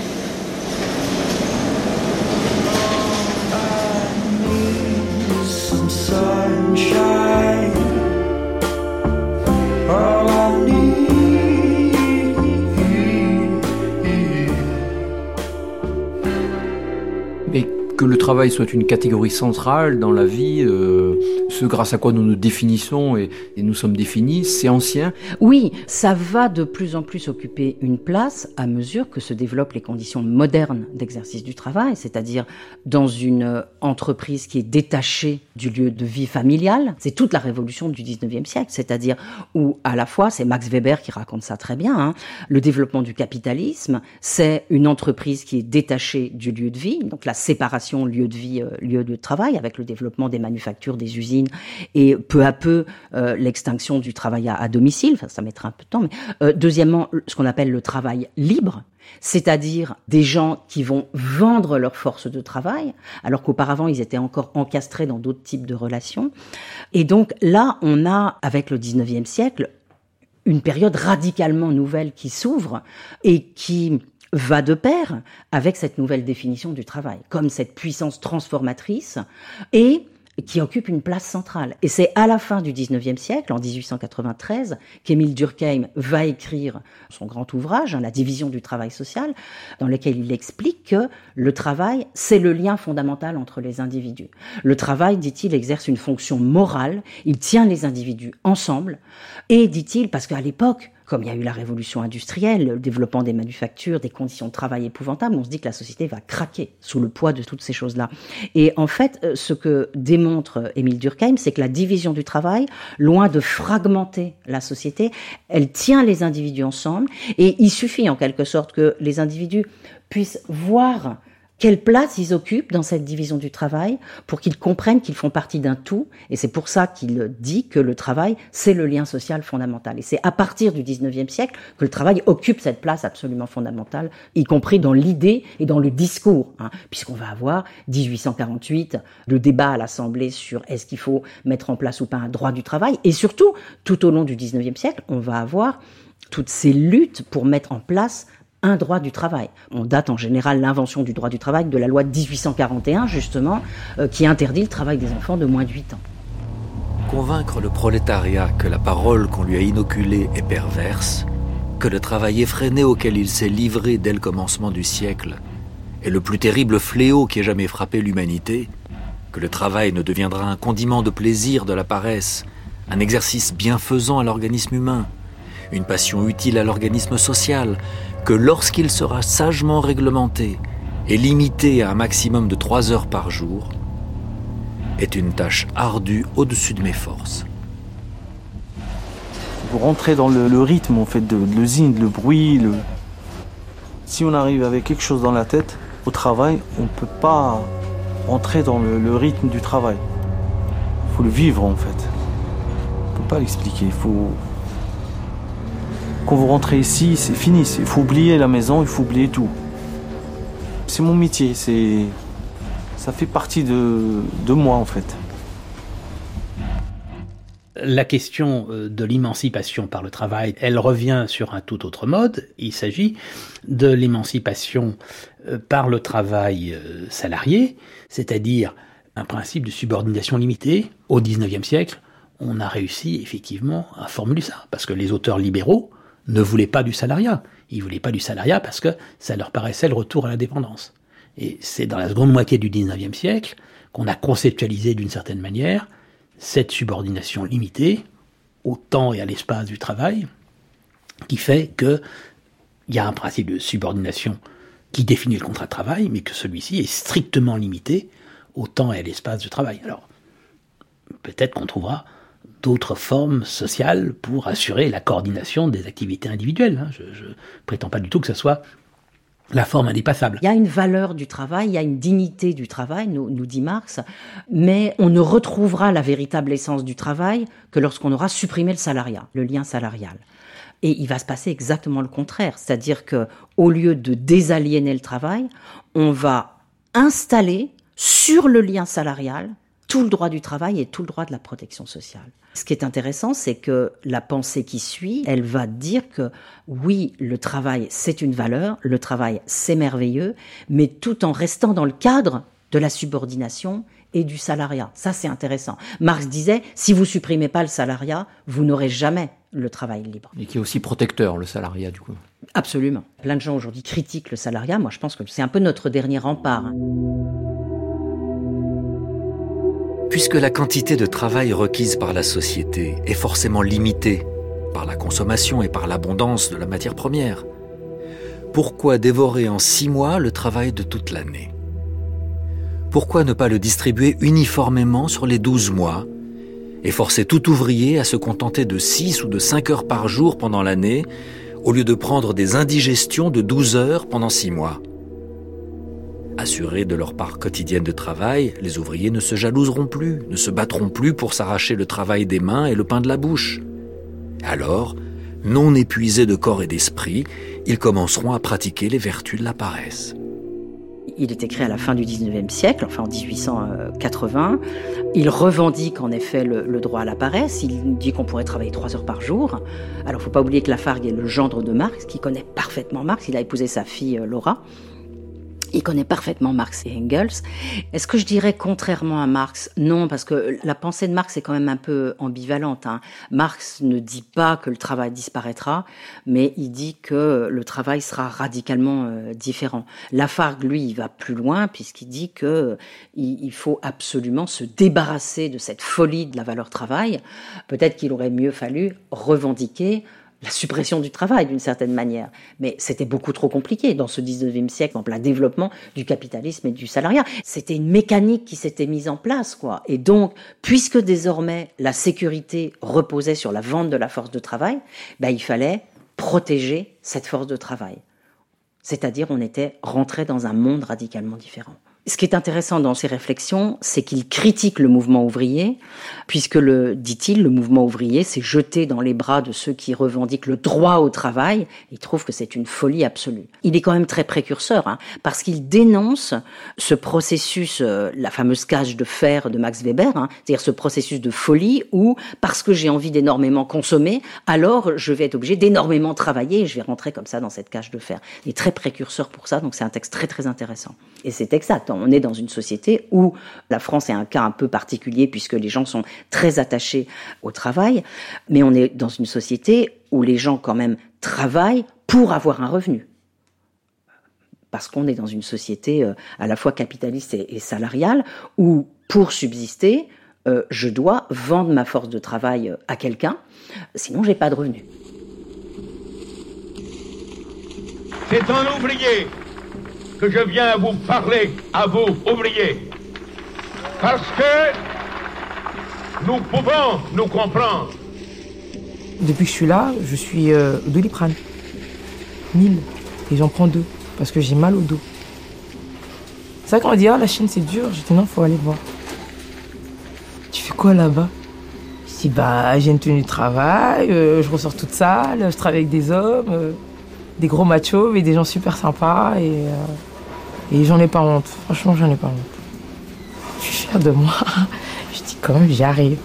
Some sunshine. All I need. Mais que le travail soit une catégorie centrale dans la vie, ce grâce à quoi nous nous définissons et nous sommes définis, c'est ancien. Oui, ça va de plus en plus occuper une place à mesure que se développent les conditions modernes d'exercice du travail, c'est-à-dire dans une entreprise qui est détachée du lieu de vie familial. C'est toute la révolution du 19e siècle, c'est-à-dire où à la fois, c'est Max Weber qui raconte ça très bien, le développement du capitalisme, c'est une entreprise qui est détachée du lieu de vie, donc la séparation lieu de vie, lieu de travail, avec le développement des manufactures, des usines, et peu à peu l'extinction du travail à domicile. Enfin, ça mettra un peu de temps, mais deuxièmement, ce qu'on appelle le travail libre, c'est-à-dire des gens qui vont vendre leur force de travail, alors qu'auparavant ils étaient encore encastrés dans d'autres types de relations. Et donc là, on a, avec le 19e siècle, une période radicalement nouvelle qui s'ouvre et qui va de pair avec cette nouvelle définition du travail, comme cette puissance transformatrice et qui occupe une place centrale. Et c'est à la fin du 19e siècle, en 1893, qu'Émile Durkheim va écrire son grand ouvrage, La division du travail social, dans lequel il explique que le travail, c'est le lien fondamental entre les individus. Le travail, dit-il, exerce une fonction morale, il tient les individus ensemble, et, dit-il, parce qu'à l'époque, comme il y a eu la révolution industrielle, le développement des manufactures, des conditions de travail épouvantables, on se dit que la société va craquer sous le poids de toutes ces choses-là. Et en fait, ce que démontre Émile Durkheim, c'est que la division du travail, loin de fragmenter la société, elle tient les individus ensemble, et il suffit en quelque sorte que les individus puissent voir quelle place ils occupent dans cette division du travail pour qu'ils comprennent qu'ils font partie d'un tout. Et c'est pour ça qu'il dit que le travail, c'est le lien social fondamental. Et c'est à partir du 19e siècle que le travail occupe cette place absolument fondamentale, y compris dans l'idée et dans le discours, puisqu'on va avoir 1848, le débat à l'Assemblée sur est-ce qu'il faut mettre en place ou pas un droit du travail. Et surtout, tout au long du 19e siècle, on va avoir toutes ces luttes pour mettre en place un droit du travail. On date en général l'invention du droit du travail de la loi de 1841, justement, qui interdit le travail des enfants de moins de 8 ans. Convaincre le prolétariat que la parole qu'on lui a inoculée est perverse, que le travail effréné auquel il s'est livré dès le commencement du siècle est le plus terrible fléau qui ait jamais frappé l'humanité, que le travail ne deviendra un condiment de plaisir de la paresse, un exercice bienfaisant à l'organisme humain, une passion utile à l'organisme social, que lorsqu'il sera sagement réglementé et limité à un maximum de 3 heures par jour, est une tâche ardue au-dessus de mes forces. Vous rentrez dans le rythme en fait de l'usine, le bruit. Si on arrive avec quelque chose dans la tête au travail, on ne peut pas rentrer dans le rythme du travail. Il faut le vivre en fait. On ne peut pas l'expliquer. Quand vous rentrez ici, c'est fini. Il faut oublier la maison, il faut oublier tout. C'est mon métier, ça fait partie de moi en fait. La question de l'émancipation par le travail, elle revient sur un tout autre mode. Il s'agit de l'émancipation par le travail salarié, c'est-à-dire un principe de subordination limitée. Au XIXe siècle, on a réussi effectivement à formuler ça, parce que les auteurs libéraux ne voulaient pas du salariat. Ils voulaient pas du salariat parce que ça leur paraissait le retour à l'indépendance. Et c'est dans la seconde moitié du XIXe siècle qu'on a conceptualisé d'une certaine manière cette subordination limitée au temps et à l'espace du travail, qui fait qu'il y a un principe de subordination qui définit le contrat de travail, mais que celui-ci est strictement limité au temps et à l'espace du travail. Alors, peut-être qu'on trouvera d'autres formes sociales pour assurer la coordination des activités individuelles. Je ne prétends pas du tout que ce soit la forme indépassable. Il y a une valeur du travail, il y a une dignité du travail, nous dit Marx, mais on ne retrouvera la véritable essence du travail que lorsqu'on aura supprimé le salariat, le lien salarial. Et il va se passer exactement le contraire, c'est-à-dire que au lieu de désaliéner le travail, on va installer sur le lien salarial tout le droit du travail et tout le droit de la protection sociale. Ce qui est intéressant, c'est que la pensée qui suit, elle va dire que oui, le travail, c'est une valeur, le travail, c'est merveilleux, mais tout en restant dans le cadre de la subordination et du salariat. Ça, c'est intéressant. Marx disait, si vous supprimez pas le salariat, vous n'aurez jamais le travail libre. Et qui est aussi protecteur, le salariat, du coup. Absolument. Plein de gens aujourd'hui critiquent le salariat. Moi, je pense que c'est un peu notre dernier rempart. Puisque la quantité de travail requise par la société est forcément limitée par la consommation et par l'abondance de la matière première, pourquoi dévorer en 6 mois le travail de toute l'année ? Pourquoi ne pas le distribuer uniformément sur les 12 mois et forcer tout ouvrier à se contenter de 6 ou de 5 heures par jour pendant l'année au lieu de prendre des indigestions de 12 heures pendant 6 mois ? Assurés de leur part quotidienne de travail, les ouvriers ne se jalouseront plus, ne se battront plus pour s'arracher le travail des mains et le pain de la bouche. Alors, non épuisés de corps et d'esprit, ils commenceront à pratiquer les vertus de la paresse. Il est écrit à la fin du 19e siècle, enfin en 1880. Il revendique en effet le droit à la paresse. Il dit qu'on pourrait travailler 3 heures par jour. Alors, il ne faut pas oublier que Lafargue est le gendre de Marx, qui connaît parfaitement Marx. Il a épousé sa fille Laura. Il connaît parfaitement Marx et Engels. Est-ce que je dirais contrairement à Marx ? Non, parce que la pensée de Marx est quand même un peu ambivalente. Marx ne dit pas que le travail disparaîtra, mais il dit que le travail sera radicalement différent. Lafargue, lui, il va plus loin puisqu'il dit que il faut absolument se débarrasser de cette folie de la valeur travail. Peut-être qu'il aurait mieux fallu revendiquer la suppression du travail d'une certaine manière. Mais c'était beaucoup trop compliqué dans ce 19e siècle, en plein développement du capitalisme et du salariat. C'était une mécanique qui s'était mise en place, quoi. Et donc, puisque désormais la sécurité reposait sur la vente de la force de travail, il fallait protéger cette force de travail. C'est-à-dire, on était rentré dans un monde radicalement différent. Ce qui est intéressant dans ces réflexions, c'est qu'il critique le mouvement ouvrier, puisque, dit-il, le mouvement ouvrier s'est jeté dans les bras de ceux qui revendiquent le droit au travail. Il trouve que c'est une folie absolue. Il est quand même très précurseur, parce qu'il dénonce ce processus, la fameuse cage de fer de Max Weber, c'est-à-dire ce processus de folie où, parce que j'ai envie d'énormément consommer, alors je vais être obligé d'énormément travailler et je vais rentrer comme ça dans cette cage de fer. Il est très précurseur pour ça, donc c'est un texte très très intéressant. Et c'est exact. On est dans une société où la France est un cas un peu particulier puisque les gens sont très attachés au travail, mais on est dans une société où les gens quand même travaillent pour avoir un revenu. Parce qu'on est dans une société à la fois capitaliste et salariale où pour subsister, je dois vendre ma force de travail à quelqu'un, sinon j'ai pas de revenu. C'est un ouvrier que je viens vous parler, à vous, ouvriers, parce que nous pouvons nous comprendre. Depuis que je suis là, je suis au Doliprane. 1000. Et j'en prends 2, parce que j'ai mal au dos. C'est vrai qu'on m'a dit, la Chine c'est dur. J'ai dit non, faut aller voir. Tu fais quoi là-bas? Je dis, j'ai une tenue de travail, je ressors toute sale, je travaille avec des hommes, des gros machos, mais des gens super sympas, et j'en ai pas honte. Franchement, j'en ai pas honte. Je suis fière de moi. Je dis quand même, j'y arrive.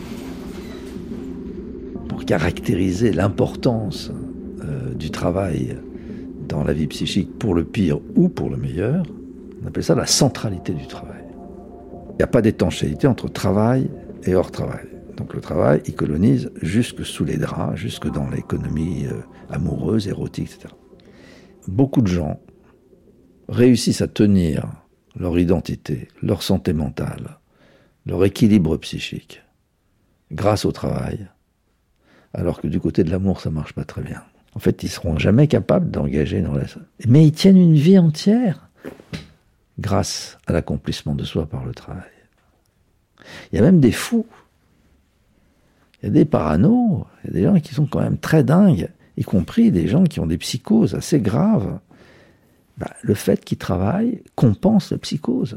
Pour caractériser l'importance du travail dans la vie psychique, pour le pire ou pour le meilleur, on appelle ça la centralité du travail. Il n'y a pas d'étanchéité entre travail et hors travail. Donc le travail, il colonise jusque sous les draps, jusque dans l'économie amoureuse, érotique, etc. Beaucoup de gens réussissent à tenir leur identité, leur santé mentale, leur équilibre psychique, grâce au travail, alors que du côté de l'amour, ça marche pas très bien. En fait, ils seront jamais capables d'engager une relation. Mais ils tiennent une vie entière grâce à l'accomplissement de soi par le travail. Il y a même des fous. Il y a des paranos, il y a des gens qui sont quand même très dingues, y compris des gens qui ont des psychoses assez graves. Le fait qu'ils travaillent compense la psychose.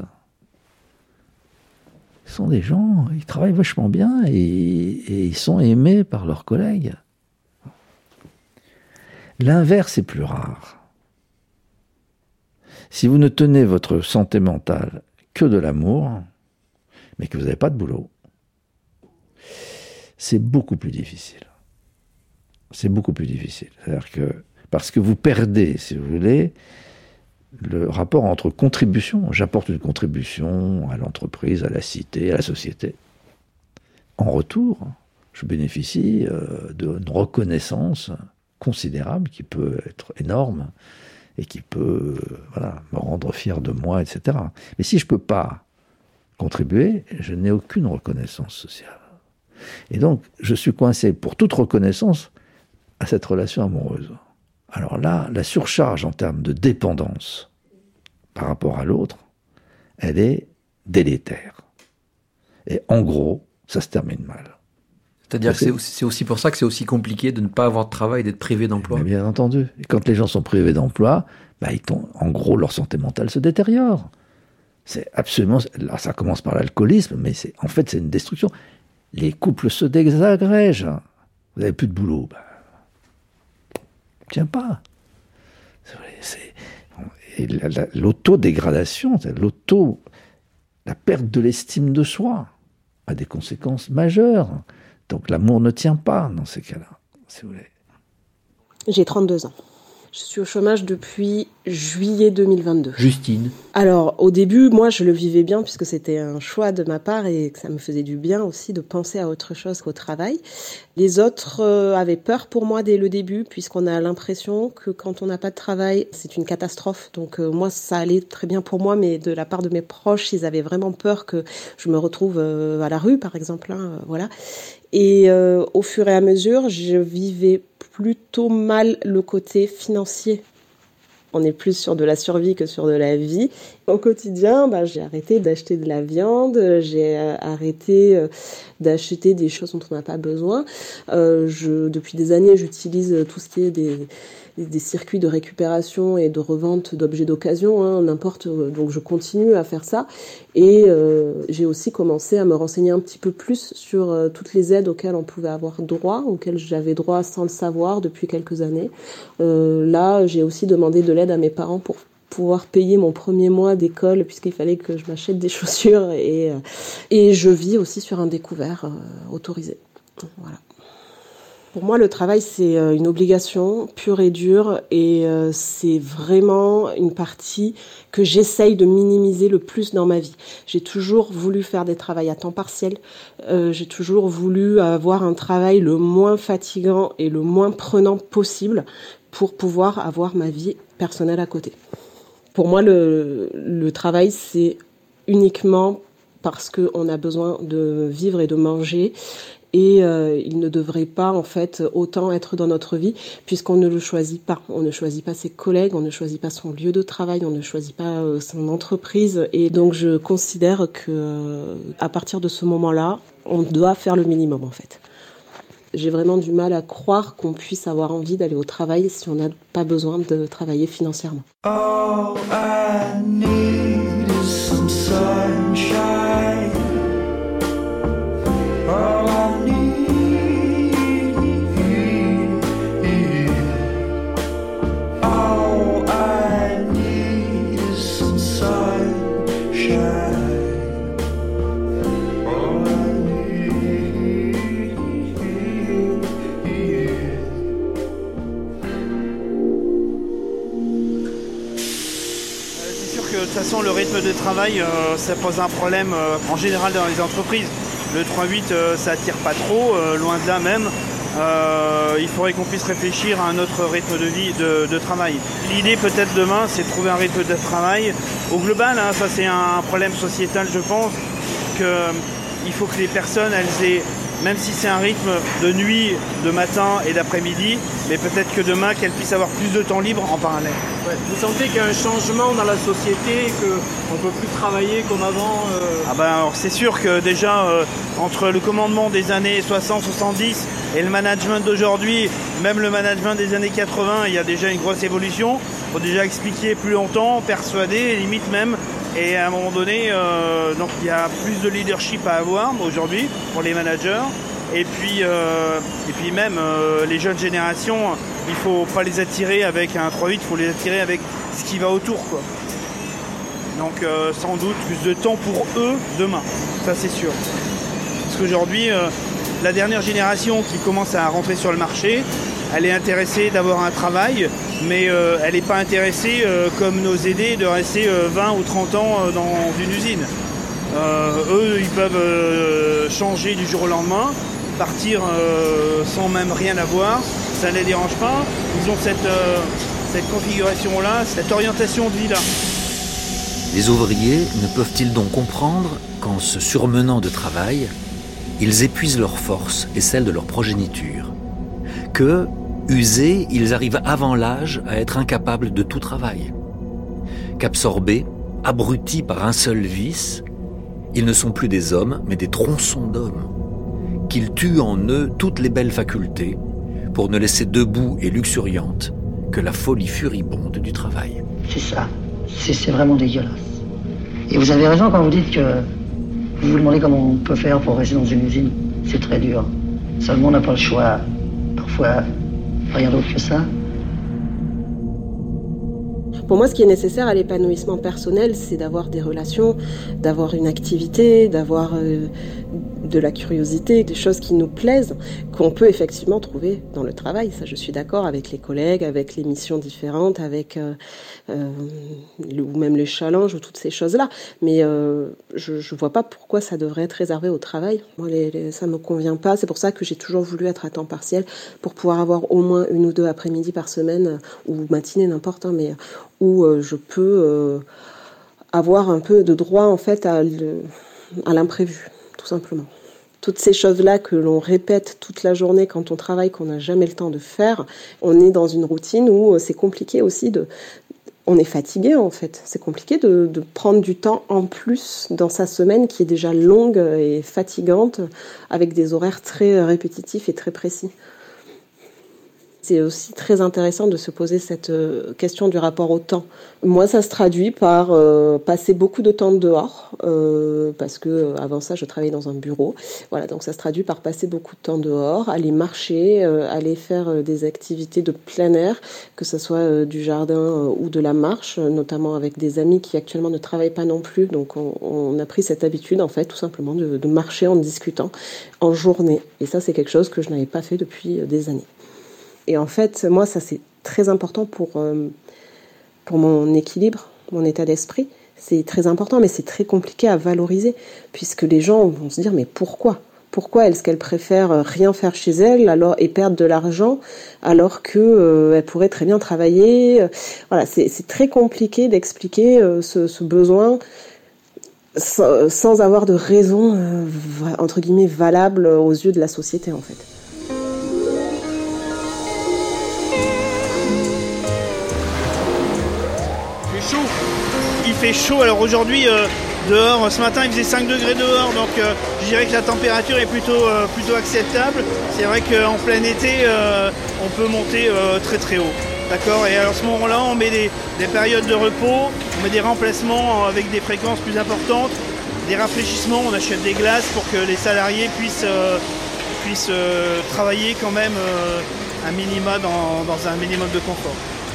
Ce sont des gens, ils travaillent vachement bien et ils sont aimés par leurs collègues. L'inverse est plus rare. Si vous ne tenez votre santé mentale que de l'amour, mais que vous n'avez pas de boulot, c'est beaucoup plus difficile. C'est beaucoup plus difficile. C'est-à-dire que, parce que vous perdez, si vous voulez, le rapport entre contribution. J'apporte une contribution à l'entreprise, à la cité, à la société. En retour, je bénéficie d'une reconnaissance considérable qui peut être énorme et qui peut me rendre fier de moi, etc. Mais si je ne peux pas contribuer, je n'ai aucune reconnaissance sociale. Et donc, je suis coincé pour toute reconnaissance à cette relation amoureuse. Alors là, la surcharge en termes de dépendance par rapport à l'autre, elle est délétère. Et en gros, ça se termine mal. C'est-à-dire que c'est aussi pour ça que c'est aussi compliqué de ne pas avoir de travail, d'être privé d'emploi. Mais bien entendu. Et quand les gens sont privés d'emploi, en gros, leur santé mentale se détériore. C'est absolument... Là, ça commence par l'alcoolisme, mais en fait, c'est une destruction. Les couples se désagrègent. Vous n'avez plus de boulot. Tiens pas. Et l'autodégradation, la perte de l'estime de soi a des conséquences majeures. Donc l'amour ne tient pas dans ces cas-là, si vous voulez. J'ai 32 ans. Je suis au chômage depuis juillet 2022. Justine. Alors, au début, moi, je le vivais bien puisque c'était un choix de ma part et que ça me faisait du bien aussi de penser à autre chose qu'au travail. Les autres avaient peur pour moi dès le début puisqu'on a l'impression que quand on n'a pas de travail, c'est une catastrophe. Donc, moi, ça allait très bien pour moi, mais de la part de mes proches, ils avaient vraiment peur que je me retrouve à la rue, par exemple. Voilà. Et au fur et à mesure, je vivais plutôt mal le côté financier On est plus sur de la survie que sur de la vie. Au quotidien, j'ai arrêté d'acheter de la viande, j'ai arrêté d'acheter des choses dont on n'a pas besoin. Depuis des années, j'utilise tout ce qui est des circuits de récupération et de revente d'objets d'occasion, n'importe. Donc je continue à faire ça. Et j'ai aussi commencé à me renseigner un petit peu plus sur toutes les aides auxquelles on pouvait avoir droit, auxquelles j'avais droit sans le savoir depuis quelques années. Là, j'ai aussi demandé de l'aide à mes parents pour pouvoir payer mon premier mois d'école, puisqu'il fallait que je m'achète des chaussures. Et je vis aussi sur un découvert autorisé. Voilà. Pour moi, le travail, c'est une obligation pure et dure, et c'est vraiment une partie que j'essaye de minimiser le plus dans ma vie. J'ai toujours voulu faire des travails à temps partiel. J'ai toujours voulu avoir un travail le moins fatigant et le moins prenant possible pour pouvoir avoir ma vie personnelle à côté. Pour moi, le travail, c'est uniquement parce qu'on a besoin de vivre et de manger. Et il ne devrait pas en fait autant être dans notre vie, puisqu'on ne le choisit pas. On ne choisit pas ses collègues, on ne choisit pas son lieu de travail, on ne choisit pas son entreprise. Et donc je considère que à partir de ce moment-là, on doit faire le minimum en fait. J'ai vraiment du mal à croire qu'on puisse avoir envie d'aller au travail si on n'a pas besoin de travailler financièrement. All I need is some sunshine. All I need, all I need is some sunshine. All I need. C'est sûr que de toute façon le rythme de travail ça pose un problème en général dans les entreprises. Le 3-8 ça attire pas trop, loin de là même. Il faudrait qu'on puisse réfléchir à un autre rythme de vie, de travail. L'idée peut-être demain c'est de trouver un rythme de travail. Au global, ça c'est un problème sociétal je pense, qu'il faut que les personnes elles aient, même si c'est un rythme de nuit, de matin et d'après-midi, mais peut-être que demain qu'elles puissent avoir plus de temps libre en parallèle. Ouais, vous sentez qu'il y a un changement dans la société, qu'on ne peut plus travailler comme avant Alors c'est sûr que déjà, entre le commandement des années 60-70 et le management d'aujourd'hui, même le management des années 80, il y a déjà une grosse évolution. Il faut déjà expliquer plus longtemps, persuader, limite même. Et à un moment donné, donc il y a plus de leadership à avoir aujourd'hui pour les managers. Et puis même les jeunes générations, il ne faut pas les attirer avec un 3-8, il faut les attirer avec ce qui va autour, quoi. Donc sans doute plus de temps pour eux demain, ça c'est sûr. Parce qu'aujourd'hui, la dernière génération qui commence à rentrer sur le marché, elle est intéressée d'avoir un travail, mais elle n'est pas intéressée, comme nos aînés, de rester 20 ou 30 ans dans une usine. Eux, ils peuvent changer du jour au lendemain, partir sans même rien avoir, ça ne les dérange pas. Ils ont cette configuration-là, cette orientation de vie-là. Les ouvriers ne peuvent-ils donc comprendre qu'en se surmenant de travail, ils épuisent leurs forces et celles de leur progéniture, que, usés, ils arrivent avant l'âge à être incapables de tout travail, qu'absorbés, abrutis par un seul vice, ils ne sont plus des hommes, mais des tronçons d'hommes, qu'ils tuent en eux toutes les belles facultés pour ne laisser debout et luxuriante que la folie furibonde du travail. C'est ça, c'est vraiment dégueulasse. Et vous avez raison quand vous dites que vous vous demandez comment on peut faire pour rester dans une usine. C'est très dur. Seulement on n'a pas le choix. Parfois, rien d'autre que ça. Pour moi, ce qui est nécessaire à l'épanouissement personnel, c'est d'avoir des relations, d'avoir une activité, d'avoir de la curiosité, des choses qui nous plaisent, qu'on peut effectivement trouver dans le travail. Ça, je suis d'accord avec les collègues, avec les missions différentes, avec ou même les challenges ou toutes ces choses-là. Mais je vois pas pourquoi ça devrait être réservé au travail. Moi, ça me convient pas. C'est pour ça que j'ai toujours voulu être à temps partiel, pour pouvoir avoir au moins 1 ou 2 après-midi par semaine, ou matinée, n'importe, mais où je peux avoir un peu de droit en fait à l'imprévu, tout simplement. Toutes ces choses-là que l'on répète toute la journée quand on travaille, qu'on n'a jamais le temps de faire, on est dans une routine où c'est compliqué aussi on est fatigué en fait. C'est compliqué de prendre du temps en plus dans sa semaine qui est déjà longue et fatigante avec des horaires très répétitifs et très précis. C'est aussi très intéressant de se poser cette question du rapport au temps. Moi, ça se traduit par passer beaucoup de temps dehors, parce que avant ça, je travaillais dans un bureau. Voilà, donc ça se traduit par passer beaucoup de temps dehors, aller marcher, aller faire des activités de plein air, que ce soit du jardin ou de la marche, notamment avec des amis qui actuellement ne travaillent pas non plus. Donc on a pris cette habitude, en fait, tout simplement de marcher en discutant en journée. Et ça, c'est quelque chose que je n'avais pas fait depuis des années. Et en fait, moi, ça c'est très important pour mon équilibre, mon état d'esprit. C'est très important, mais c'est très compliqué à valoriser, puisque les gens vont se dire, mais pourquoi ? Pourquoi est-ce qu'elle préfère rien faire chez elle et perdre de l'argent alors qu'elle pourrait très bien travailler ? Voilà, c'est très compliqué d'expliquer ce besoin sans avoir de raison, entre guillemets, valable aux yeux de la société, en fait. Il fait chaud, alors aujourd'hui dehors, ce matin il faisait 5 degrés dehors, donc je dirais que la température est plutôt acceptable. C'est vrai qu'en plein été on peut monter très très haut. D'accord. Et alors à ce moment-là on met des périodes de repos, on met des remplacements avec des fréquences plus importantes, des rafraîchissements, on achète des glaces pour que les salariés puissent travailler quand même un minima dans un minimum de confort.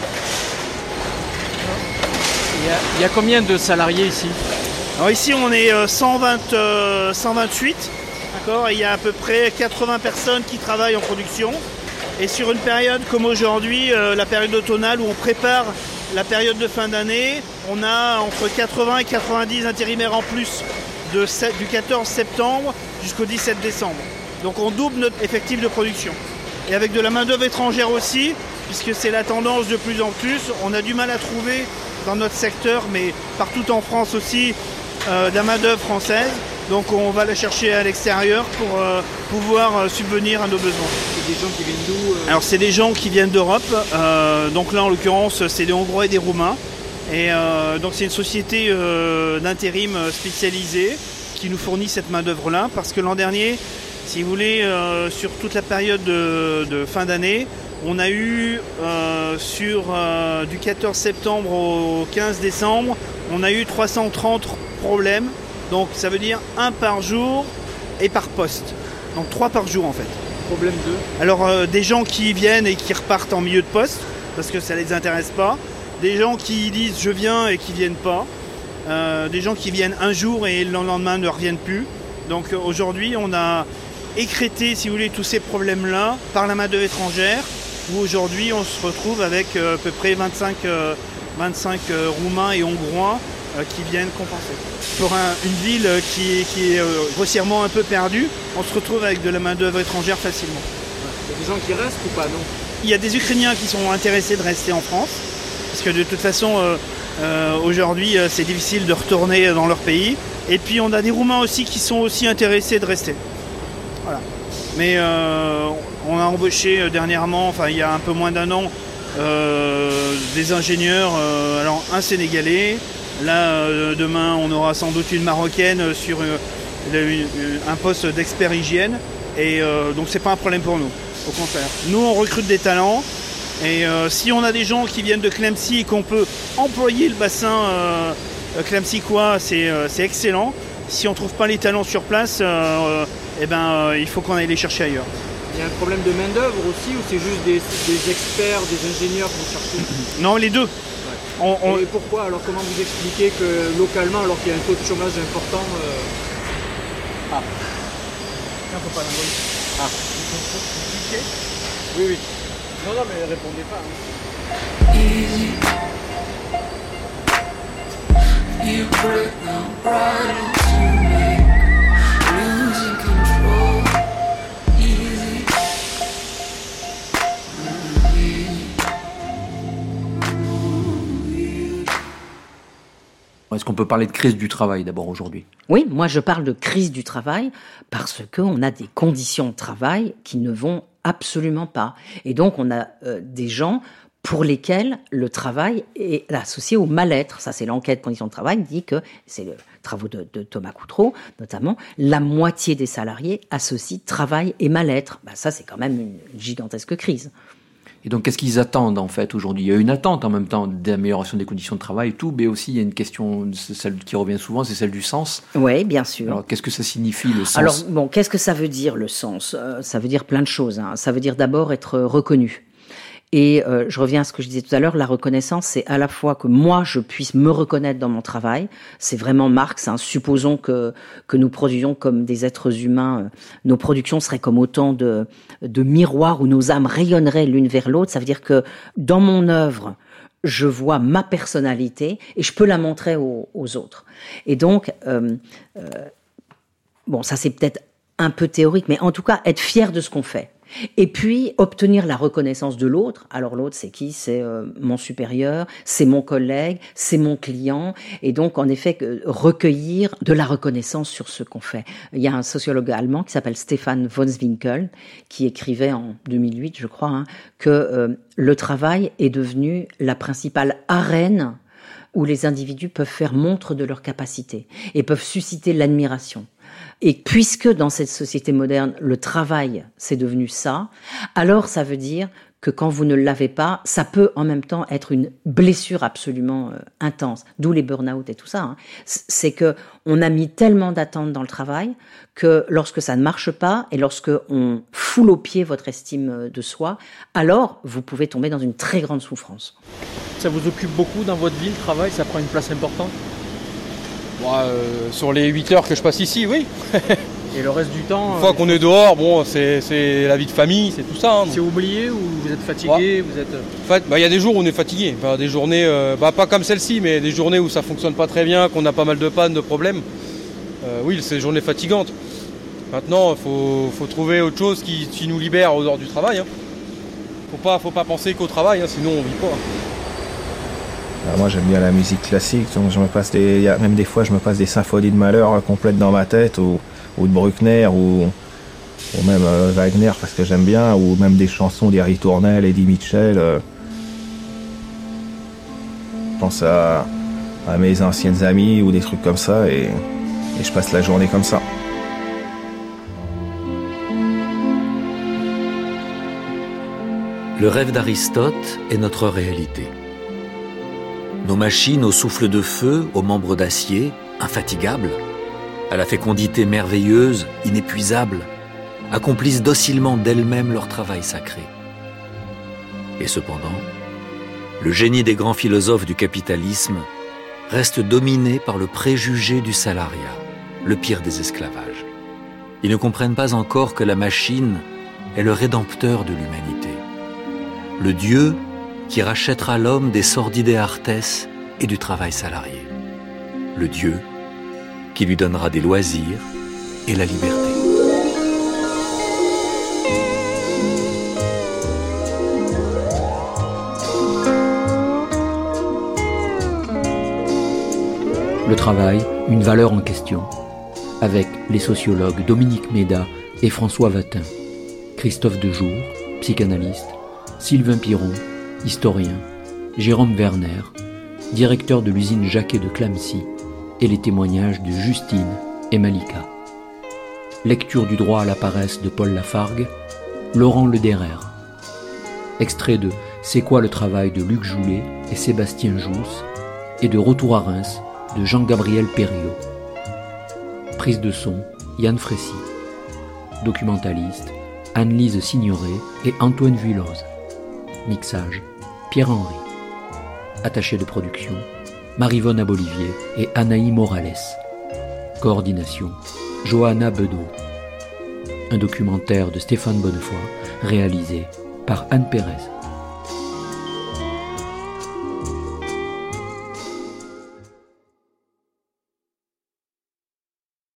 Il y a combien de salariés ici ? Alors ici on est 128, d'accord, et il y a à peu près 80 personnes qui travaillent en production. Et sur une période comme aujourd'hui, la période automnale où on prépare la période de fin d'année, on a entre 80 et 90 intérimaires en plus du 14 septembre jusqu'au 17 décembre. Donc on double notre effectif de production. Et avec de la main-d'œuvre étrangère aussi, puisque c'est la tendance de plus en plus, on a du mal à trouver dans notre secteur, mais partout en France aussi, de la main-d'œuvre française. Donc on va la chercher à l'extérieur pour pouvoir subvenir à nos besoins. C'est des gens qui viennent d'où Alors c'est des gens qui viennent d'Europe. Donc là en l'occurrence c'est des Hongrois et des Roumains. Et donc c'est une société d'intérim spécialisée qui nous fournit cette main-d'œuvre-là. Parce que l'an dernier, si vous voulez, sur toute la période de fin d'année, on a eu du 14 septembre au 15 décembre, on a eu 330 problèmes. Donc ça veut dire 1 par jour et par poste. Donc 3 par jour en fait. Problème 2 ? Alors des gens qui viennent et qui repartent en milieu de poste parce que ça ne les intéresse pas. Des gens qui disent je viens et qui ne viennent pas. Des gens qui viennent un jour et le lendemain ne reviennent plus. Donc aujourd'hui on a écrété, si vous voulez, tous ces problèmes-là par la main-d'œuvre étrangère. Où aujourd'hui on se retrouve avec à peu près 25 Roumains et Hongrois qui viennent compenser. Pour une ville qui est grossièrement un peu perdue, on se retrouve avec de la main-d'œuvre étrangère facilement. Il y a des gens qui restent ou pas, non ? Il y a des Ukrainiens qui sont intéressés de rester en France, parce que de toute façon aujourd'hui c'est difficile de retourner dans leur pays. Et puis on a des Roumains aussi qui sont aussi intéressés de rester. Voilà. Mais on a embauché dernièrement, enfin il y a un peu moins d'1 an, des ingénieurs, alors un Sénégalais, là demain on aura sans doute une Marocaine sur un poste d'expert hygiène, et donc c'est pas un problème pour nous, au contraire. Nous on recrute des talents, et si on a des gens qui viennent de Clamecy et qu'on peut employer le bassin Clamecy-Quoi, c'est excellent. Si on ne trouve pas les talents sur place, il faut qu'on aille les chercher ailleurs. Il y a un problème de main-d'œuvre aussi, ou c'est juste des experts, des ingénieurs que vous cherchez ? Non, les deux. Ouais. Et pourquoi ? Alors comment vous expliquez que localement, alors qu'il y a un taux de chômage important... Ah. Non, faut pas l'envoyer. Ah. Oui, oui. Non, mais répondez pas. You break down right into me, losing control, easy. Est-ce qu'on peut parler de crise du travail d'abord aujourd'hui ? Oui, moi je parle de crise du travail parce qu'on a des conditions de travail qui ne vont absolument pas. Et donc on a des gens pour lesquels le travail est associé au mal-être. Ça, c'est l'enquête conditions de travail, dit que, c'est les travaux de Thomas Coutreau, notamment, la moitié des salariés associent travail et mal-être. Ça, c'est quand même une gigantesque crise. Et donc, qu'est-ce qu'ils attendent, en fait, aujourd'hui ? Il y a une attente, en même temps, d'amélioration des conditions de travail et tout, mais aussi, il y a une question, celle qui revient souvent, c'est celle du sens. Oui, bien sûr. Alors, qu'est-ce que ça signifie, le sens ? Alors, bon, qu'est-ce que ça veut dire, le sens ? Ça veut dire plein de choses. Ça veut dire d'abord être reconnu. Et je reviens à ce que je disais tout à l'heure, la reconnaissance, c'est à la fois que moi, je puisse me reconnaître dans mon travail. C'est vraiment Marx. Supposons que nous produisions comme des êtres humains. Nos productions seraient comme autant de miroirs où nos âmes rayonneraient l'une vers l'autre. Ça veut dire que dans mon œuvre, je vois ma personnalité et je peux la montrer aux autres. Et donc, bon, ça c'est peut-être un peu théorique, mais en tout cas, être fier de ce qu'on fait. Et puis, obtenir la reconnaissance de l'autre. Alors, l'autre, c'est qui ? C'est mon supérieur, c'est mon collègue, c'est mon client. Et donc, en effet, recueillir de la reconnaissance sur ce qu'on fait. Il y a un sociologue allemand qui s'appelle Stefan von Zwinkel, qui écrivait en 2008, je crois, que le travail est devenu la principale arène où les individus peuvent faire montre de leurs capacités et peuvent susciter l'admiration. Et puisque dans cette société moderne, le travail, c'est devenu ça, alors ça veut dire que quand vous ne l'avez pas, ça peut en même temps être une blessure absolument intense. D'où les burn-out et tout ça. C'est que on a mis tellement d'attentes dans le travail que lorsque ça ne marche pas et lorsque on foule au pied votre estime de soi, alors vous pouvez tomber dans une très grande souffrance. Ça vous occupe beaucoup dans votre vie, le travail ? Ça prend une place importante ? Sur les 8 heures que je passe ici, oui. Et le reste du temps... Une fois qu'on est dehors, bon, c'est la vie de famille, c'est tout ça. C'est oublié ou vous êtes fatigué ? Vous êtes... y a des jours où on est fatigué. Enfin, des journées, pas comme celle-ci, mais des journées où ça fonctionne pas très bien, qu'on a pas mal de pannes, de problèmes. Oui, c'est des journées fatigantes. Maintenant, faut trouver autre chose qui nous libère au dehors du travail. Faut pas penser qu'au travail, sinon on vit pas. Alors moi j'aime bien la musique classique, donc même des fois je me passe des symphonies de malheur complètes dans ma tête, ou de Bruckner, ou même Wagner parce que j'aime bien, ou même des chansons d'Harry Tournell, Eddie Mitchell. Je pense à mes anciennes amies ou des trucs comme ça, et je passe la journée comme ça. Le rêve d'Aristote est notre réalité. Nos machines au souffle de feu, aux membres d'acier, infatigables, à la fécondité merveilleuse, inépuisable, accomplissent docilement d'elles-mêmes leur travail sacré. Et cependant, le génie des grands philosophes du capitalisme reste dominé par le préjugé du salariat, le pire des esclavages. Ils ne comprennent pas encore que la machine est le rédempteur de l'humanité, le Dieu qui rachètera l'homme des sordidés hartesses et du travail salarié. Le Dieu qui lui donnera des loisirs et la liberté. Le travail, une valeur en question, avec les sociologues Dominique Méda et François Vatin, Christophe Dejour, psychanalyste, Sylvain Piron, historien, Jérôme Werner, directeur de l'usine Jacquet de Clamecy, et les témoignages de Justine et Malika. Lecture du droit à la paresse de Paul Lafargue, Laurent Lederer. Extrait de C'est quoi le travail de Luc Joulet et Sébastien Jousse, et de Retour à Reims de Jean-Gabriel Perriot. Prise de son, Yann Frécy. Documentaliste, Anne-Lise Signoret et Antoine Vuilloz. Mixage, Pierre-Henry. Attaché de production, Marivonne Abolivier et Anaï Morales. Coordination, Johanna Bedeau. Un documentaire de Stéphane Bonnefoy, réalisé par Anne Pérez.